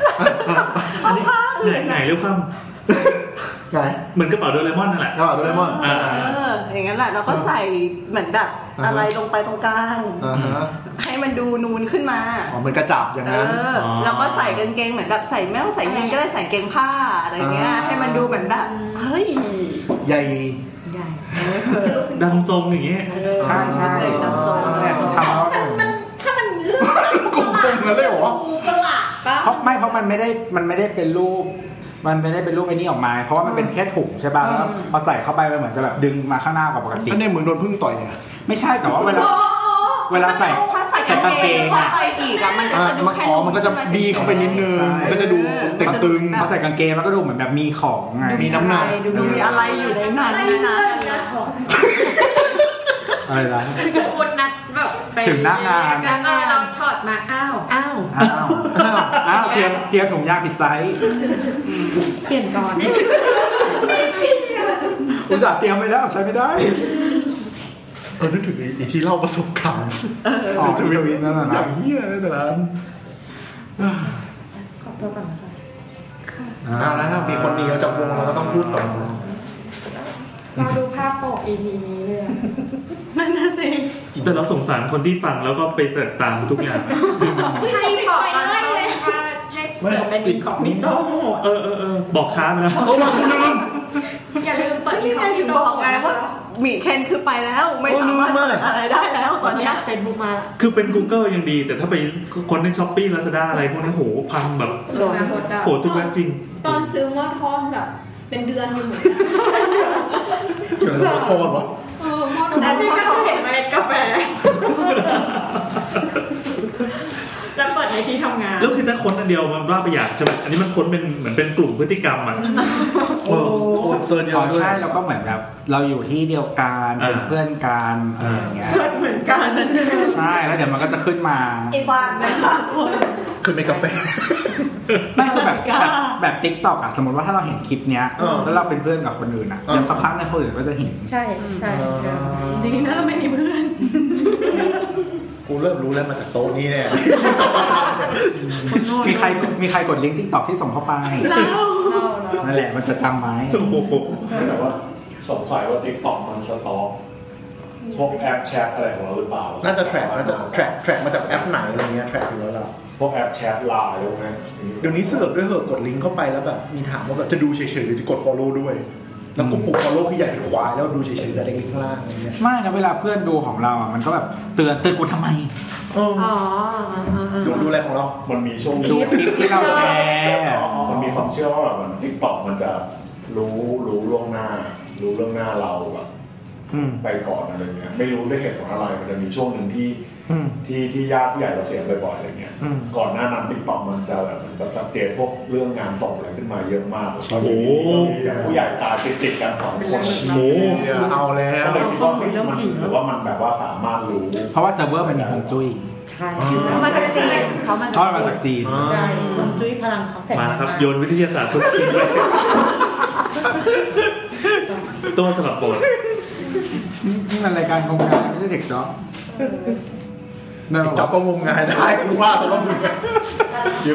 S2: ไหนเรื่องความ
S4: ไหน
S2: เหมือนกระเป๋าโดเรมอนนั่นแหละ
S4: กระเป๋าโดเรมอน
S3: อย่างนั้นแหละแล้วก็ใส่เหมือนแบบอะไรลงไปตรงกลางให้มันดูนูนขึ้นมา
S4: เหมือนกระจับอย่างนั้น
S3: แล้วก็ใส่กางเกงเหมือนแบบใส่แม่ใส่ยีนก็ได้ใส่เกงผ้าอะไรเงี้ยให้มันดูเหมือนแบบเฮ้ย
S4: ใหญ่
S2: ดันทรงอย่างเงี้ย
S5: ใช่ดันทรงเนี่ยทำแล้ว
S3: ถ้ามันเรื่อง
S4: กลมๆเลยเหรอ
S3: ประหลาดปะ
S5: เพราะมันไม่ได้เป็นรูปมันไม่ได้เป็นรูปไอ้นี่ออกมาเพราะว่ามันเป็นแค่ถุงใช่ป่ะแล้วพอใส่เข้าไปมันเหมือนจะแบบดึงมาข้างหน้ากว่าปกติ
S4: อันนี้เหมือนโดนพึ่งต่อยเนี่ย
S5: ไม่ใช่แต่ว่าเวลาใส่
S3: ถ้าใส่กางเกงเข้าไปอีกมันก็จะดูแค่
S4: มันก็จะดีเข้าไปนิดนึงมันก็จะดูเต็มตึง
S5: พอใส่กางเกงมันก็ดูเหมือนแบบมีของไง
S4: มีน้ำหนัก
S1: ดูมีอะไรอยู่ในนั้นนะ
S5: อะไรนะ
S1: จะคนนัดแบบไป
S5: ถึงหน้างาน
S1: เราถอดมาอ้าว
S5: เตรียมถุงยางผิดไซส์
S1: เปลี่ยนก่อน
S5: อุตส่าห์เตรียมไปแล้วใช้ไม่ได้
S4: นึกถึงอีที่เล่าประสบการณ์
S5: ทวิตนั่นน่ะ
S4: อย่างเหี้ยเลยแต่ละ
S1: ขอตัวก่อนนะคะ
S4: แล้วครับมีคนเดียวจากวงเราก็ต้องพูดต่อ
S1: เราดูภาพปก EP นี้เลยนั่นน่ะสิ
S2: แต่เราสงสารคนที่ฟังแล้วก็ไปเสิร์ชตามทุกอย่าง
S1: ให้บอกกันเลยให้เสิร์ชเป็นลิงก์ของมิโต้
S2: บอกช้าไปแล้ว
S1: อย่าลืมเปิดลิงก์ของมิโต้บอกไงว่าวีเคนคือไปแล้วไม่สามารถเปิดอะไรได้แล้วตอนนี้เฟซบุ๊กมาแล้ว
S2: คือเป็น Google ยังดีแต่ถ้าไปคนใน Shopee Lazada อะไรพวกนั้นโหพังแบบโหทุกเว็บจริง
S3: ตอนซื้อมอทอนแบบเป็นเดือนอยู่เหมือนกัน
S4: เจอมอทอนเหรอ
S1: แต่พี่ก็เห็นเมล็ดกาแฟแล้วเปิดในที่ทำงาน
S2: แล้วคือถ้าค้นอันเดียวมันว่าประหยัดใช่ไหมอันนี้มันค้นเป็นเหมือนเป็นกลุ่มพฤติกรรมอ่ะ
S4: คนเซิร์ชเยอะด้วย
S5: ใช่แล้วก็เหมือนแบบเราอยู่ที่เดียวกันเป็นเพื่อนกันอะไรอย่างเงี้ย
S1: เซิร์ชเหมือนกัน
S5: ใช่แล้วเดี๋ยวมันก็จะขึ้นมา
S3: ไอ้บ้านนะคะ
S4: ขึ้นเป็นกาแฟ
S5: ไม่คือแบบ TikTok อ่ะสมมติว่าถ้าเราเห็นคลิปเนี้ยแล้วเราเป็นเพื่อนกับคนอื่นอ่ะเดี๋ยวสักพักในคนอื่นก็จะเห็น
S3: ใช่
S1: จริงๆนะเราไม่มีเพื่อน
S4: กูเริ่มรู้แล้วมาจากโต๊ะนี้เนี่ย
S5: มีใครกดลิงก์ TikTok ที่ส่งเข้าไปนั่นแหละมันจะจำไหม
S6: แต่ว่าสงสัยว่า TikTok มันสต็อกพวกแอปแชทอะไรของเราหรือเปล่า
S4: น่าจะแทร็กมาจากแอปไหนอะไรเงี้ยแทร็กอยู่แล้วล่ะ
S6: พวกแอปแชทไลน์พวกนั้น
S4: เดี๋ยวนี้เสือกด้วยเหอะกดลิงก์เข้าไปแล้วแบบมีถามว่าแบบจะดูเฉยๆหรือจะกด follow ด้วยแล้วก็ปุ่ม follow ที่ใหญ่เป็นควายแล้วดูเฉยๆแต่เด็กข้างล่างอะไรเงี้ย
S5: ไม่นะเวลาเพื่อนดูของเราอ่ะมันก็แบบเตือนกูทำไม
S4: ดูอะไรของเรา
S6: มันมีช่วง
S5: ดูคลิปที่เราแชร์
S6: มันมีความเชื่อว่าแบบมัน TikTok มันจะรู้ล่วงหน้าเราแบบไปก่อนอะไรเงี้ยไม่รู้ด้วยเหตุผลอะไรมันจะมีช่วงหนึ่งที่ญาติผู้ใหญ่เราเสียบ่อยๆอะไรเงี้ยก่อนหน้านั้น TikTok มันจะแบบชัดเจนพวกเรื่องงานศพอะไรขึ้นมาเยอะมากโอ้โหผู้ใหญ่ตายติดกัน2 คน
S4: โอ้เอาแล้ว
S6: เลยคิดว่ามันหรือว่ามันแบบว่าสามารถรู้
S5: เพราะว่าเซิร์ฟเวอร์มันมีฮวงจุ้ย
S1: ใช่มาจากจีนเขา
S5: มาจากจีน
S1: ใช่ฮวงจุ้ยพลังเขาแข็ง
S2: มาครับโยนวิทยาศาสตร์ทุกทีเลยตัวสลับโบน
S5: นี่มันรายการงมงายไม่ใช่เด็กจ๊อบ
S4: เด็กจ๊อบก็งมงายได้กูว่าแต่ว่ามึงยึบ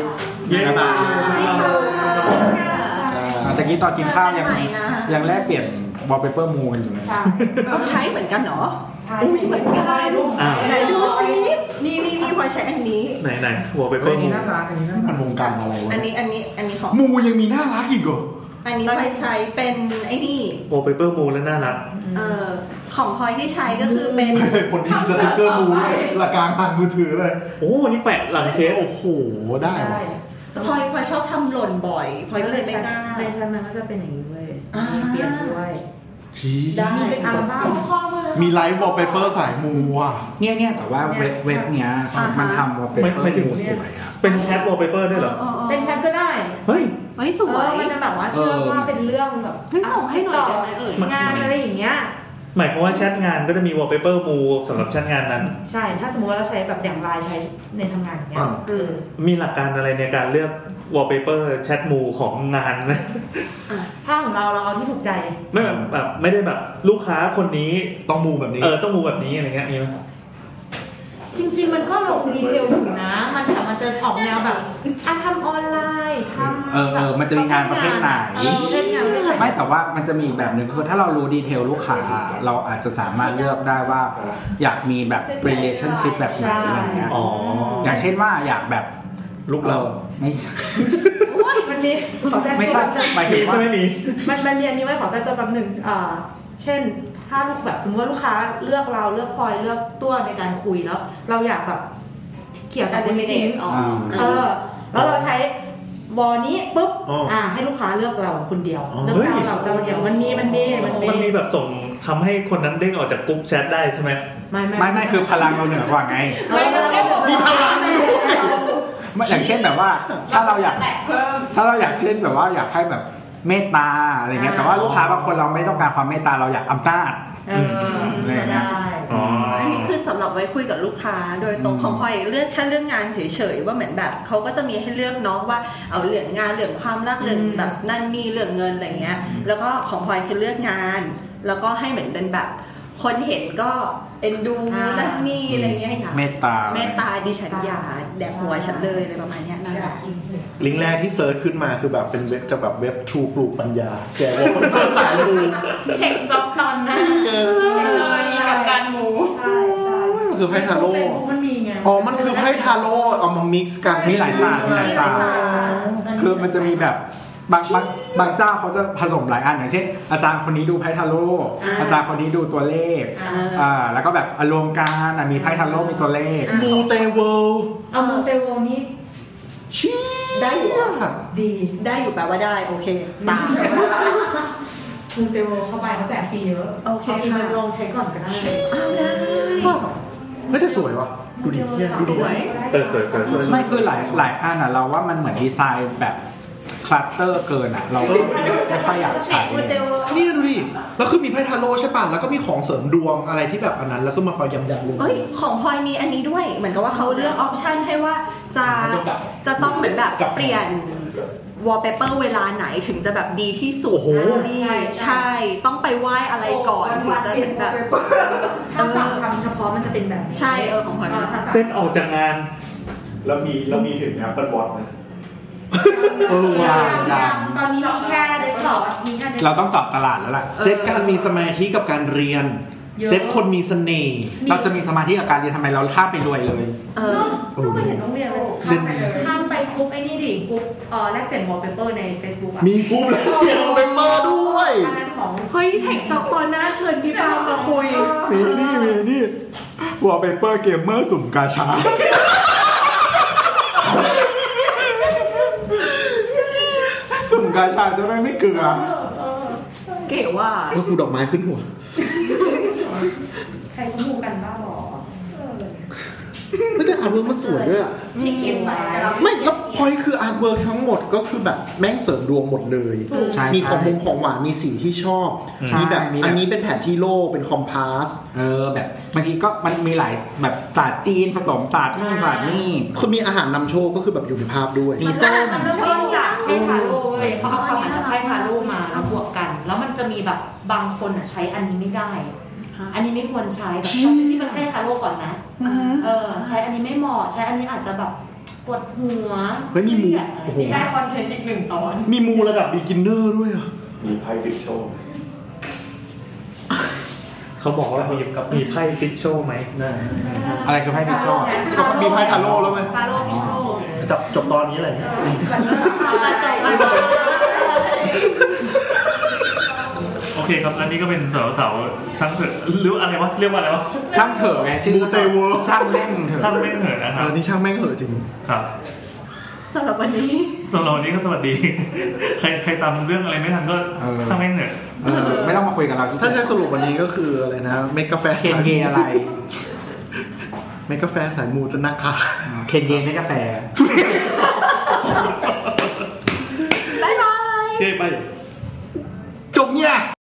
S5: ตะกี้ตอนกินข้าวยังแลกเปลี่ยนวอลเปเปอร์มูกันอยู่เลย
S3: ต้องใช้เหมือนกันเหรออุ้ยเหมือนกันไหนดูสินี่พลอยใช้อันนี้
S2: ไหนวอลเปเปอร์มู
S5: น่ารักอันนี้
S4: มันวงการอะไรวะ
S3: อันนี้ของ
S4: มูยังมีน่ารักอีกเหรอ
S3: อันนี้พลอยใช้เป็นไอ้นี่
S2: วอลเปเปอร์มูแล้วน่ารัก
S3: ของพลอยที่ใช้ก็คือเป็น
S4: คนที่สติ๊กเกอร์มูเลยหลักการผ่านมือถือเลย
S2: โอ้นี่แปะหลังเคส
S4: โอ้โหได้ว่ะ
S3: พลอยชอบทำหล่นบ่อยพลอยก็เลยไม่กล้า
S1: ในชั้นมันก็จะเป็นอย่างนี้เลยเปลี่ยนด้วย
S3: ได้
S1: เป็นอัลบั้มข้อมือ
S4: มีไลฟ์วอลเปเปอร์สายมูว่ะ
S5: เนี่ยแต่ว่าเว็บเนี้ยมันทำวอลเปเปอร์
S2: ไม่สวยอ่ะเป็นแชทวอลเปเปอร์ด้วยเหรอ
S1: เป็นแชทก็ได้
S2: เฮ้ย
S3: สวย
S1: มันจะแบบว่าเชื่อว่าเป็นเรื่องแบบ
S3: ส่งให้หน่อยได้ไหม
S1: งานอะไรอย่างเงี้ย
S2: หมายความว่าแชทงานก็จะมีวอลเปเปอร์มูสำหรับแชทงานนั้น
S1: ใช่ถ้าสมมติว่าเราใช้แบบอย่างไลน์ใช้ในทำงานอย่างเงี้ย
S2: มีหลักการอะไรในการเลือกวอลเปเปอร์แชทมูของงานไหม
S1: ถ้าของเราเอาที่ถูกใจ
S2: ไม่แบบไม่ได้แบบลูกค้าคนนี้
S4: ต้องมูแบบนี้
S2: ต้องมูแบบนี้อะไรเงี้ยมีไหม
S1: จริงๆมันก็ลงดีเทลอยู่นะมันแต่มันจะออกแนวแบบทำออนไลน์ทำ
S5: มันจะมีงานประเภทไหนไม่แต่ว่ามันจะมีแบบนึงคือถ้าเรารู้ดีเทลลูกค้าเราอาจจะสามารถเลือกได้ว่าอยากมีแบบ relationship แบบไหนอะไรเงี้ยอย่างเช่นว่าอยากแบบ
S4: ลูกเรา
S5: ไม่ใช่
S1: มันมี
S5: ไม่ใช่หมายถึงว่า
S2: ไม่มี
S1: มันเรียนนี้ไว้ขอแต่ตัวแป๊บนึงเช่นถ้าลูกแบบสมมติว่าลูกค้าเลือกเราเลือกพลอยเลือกตัวในการคุยแล้วเราอยากแบบเกี่ยวกับคุณไม่ทิ้งแล้วเราใช้วอนี้ปุ๊บให้ลูกค้าเลือกเราคนเดียวเลือกเราเจ้าเดียวมันมี
S2: แบบส่งทำให้คนนั้นเด้งออกจากกลุ่มแชทได้ใช่ไหม
S5: ไม่คือพลังเราเหนือกว่าไง
S4: มีพลัง
S5: อย่างเช่นแบบว่าถ้าเราอยากเช่นแบบว่าอยากให้แบบเมตตาอะไรเงี้ยแต่ว่าลูกค้าบางคนเราไม่ต้องการความเมตตาเราอยากอำนาจอะไรเงี้ย
S3: อันนี้คือสำหรับไว้คุยกับลูกค้าโดยตรงของพลอยเลือกแค่เรื่องงานเฉยๆว่าเหมือนแบบเขาก็จะมีให้เลือกน้องว่าเอาเรื่องงานเรื่องความรักเรื่องแบบนั่นนี่เรื่องเงินอะไรเงี้ยแล้วก็ของพลอยคือเลือกงานแล้วก็ให้เหมือนเป็นแบบคนเห็นก็เอ็นดูนั่นนี่อะไรเงี้ยค่ะ
S5: เมตตา
S3: ดิฉันอย่าแดกหัวฉันเลยอะไรประมาณนี้นั่นแหละ
S4: ลิงก์แรกที่เซิร์ชขึ้นมาคือแบบเป็นเว็บจะแบบเว็บทรูปลูกปัญญาแกว่าคนเปิดสายมู
S1: เทคจ็อบตอนหน้าเลยกับการมู
S4: มันคือไพ่ทาโร่
S1: มันมีไง
S4: มันคือไพ่ทาโร่เอามามิกซ์กัน
S5: มีหลายศาสตร์คือมันจะมีแบบบางเจ้าเขาจะผสมหลายอันอย่างเช่นอาจารย์คนนี้ดูไพ่ทาโร่อาจารย์คนนี้ดูตัวเลขแล้วก็แบบรวมกันมีไพ่ทาโร่มีตัวเลข
S4: มูเตเวล
S1: มูเตเวลนี่
S3: ได้อยู่
S1: ดี
S3: ได้อยู่แปลว่าได้โอเคตาม
S1: มูเตเวลเข้าไปเขาแจกฟรีเยอะ
S3: โอเค
S1: มันลองใช้ก่อนก็ได้
S3: ได้
S4: ไม่แต่สวยว่ะดูดิดูดิ
S3: สวย
S5: ไม่คือหลายอันเราว่ามันเหมือนดีไซน์แบบคลัตเตอร์เกินเราไม่ค่อยอยากใช้
S4: นี่ดูดิแล้วคือมีไพ่ทาโร่ใช่ป่ะแล้วก็มีของเสริมดวงอะไรที่แบบอันนั้นแล้วก็มาพอยำๆลง
S3: ของพลอยมีอันนี้ด้วยเหมือนกับว่าเขาเลือกออปชั่นให้ว่าจะต้องเหมือนแบบเปลี่ยนวอลเปเปอร์เวลาไหนถึงจะแบบดีที่สุดนี่ใช่ต้องไปไหว้อะไรก่อนถึงจะเป็นแบบ
S1: ถ้าสั่งทำเฉพาะมันจะเป็นแบบ
S3: ใช่ของพลอย
S2: เส้นออกจากงาน
S6: แล้วมีถึงนะเป็นบอทนะ
S1: ตอนนี้มีแค่เดสก์ท็อป
S5: เราต้องเจาะตลาดแล้วล่ะ
S4: เซตการมีสมาธิกับการเรียนเซตคนมีเสน่ห์
S5: เราจะมีสมาธิกับการเรียนทำไมเราข้ามไปรวยเลย
S1: ไม่เห็นต้องเรียนเลยข้ามไปกรุ๊ปไอ้นี่ดิกรุ๊ปแลกเปลี่ยนวอลเปเปอร์ใน Facebook
S4: มีกรุ๊ปแล้วมีวอลเปเปอร์ด้วย
S3: เฮ้ยแท็กจ็อบตอนหน้าเชิญพี่ปามาคุย
S5: มีนี่วอลเปเปอร์เกมเมอร์สุ่มกาชาสุ่มกาชาจะไม่เกลือ
S3: เก๋ว่า
S4: กูดอกไม้ขึ้นหัว
S1: ใครเขาดูกันบ้าหรอ
S4: ไม่แต่อาร์ตเวิร์กมันสวยด้วยอ่ะไม่แล้วพอยคืออาร์ตเวิร์กทั้งหมดก็คือแบบแม่งเสริมดวงหมดเลยมีของหวานมีสีที่ชอบมีแบบอันนี้เป็นแผนที่โลกเป็นคอมพาส
S5: แบบบางทีก็มันมีหลายแบบศาสตร์จีนผสมศาสตร์นู่นศาสตร์นี่
S4: คือมีอาหารนำโชคก็คือแบบอยู่ในภาพด้วย
S1: มีส้มนำโชคจากไพ่ทาโร่เลยเขาเอาความหมายจากไพ่ทาโร่มาแล้วบวกกันแล้วมันจะมีแบบบางคนใช้อันนี้ไม่ได้อันนี้ไม่ควรใช้แบบที่มันให้ทาโร่ก่อนนะใช้อันนี้ไม่เหมาะใช้อันนี้อาจจะแบบปวดหัว
S4: มีมู
S1: ได้คอนเทนต์อีก1 ตอน
S4: มีมูระดับ beginner ด้วยอ่ะ
S6: มีไพ่ฟิชโช
S2: เขาบอกว่ามีไพ่ฟิชโชไหมน่า
S5: อะไรคือไพ่ฟิชโช
S4: มีไพ่ทาโร่แล้วไหม
S1: ทาโร่ฟิชโช
S4: จบตอนนี้อะไรเนี่ย
S2: โอเคครับอันนี้ก็เป็นเสาช่างเถอะหรืออะไรวะเรียกว่าอะไรวะ
S5: ช่างเถอะไงชื่อ
S4: เตเวอร์
S5: ช่างแม่งเถอะ
S2: นะครับ
S4: นี่ช่างแม่งเถอะจริง
S2: ครับ
S3: สำหรับวันนี้
S2: ก็สวัสดีใครตามเรื่องอะไรไม่ทันก็ช่างแม่งเถอะ
S5: ไม่ต้องมาคุยกับเรา
S4: ถ้าจะสรุปวันนี้ก็คืออะไรนะเมกาแฟ
S5: เคนเยอะไร
S4: เมกาแฟสายมูจะนักค่ะ
S5: เคนเยเมกาแฟ
S3: บ๊ายบาย
S2: โอเคไป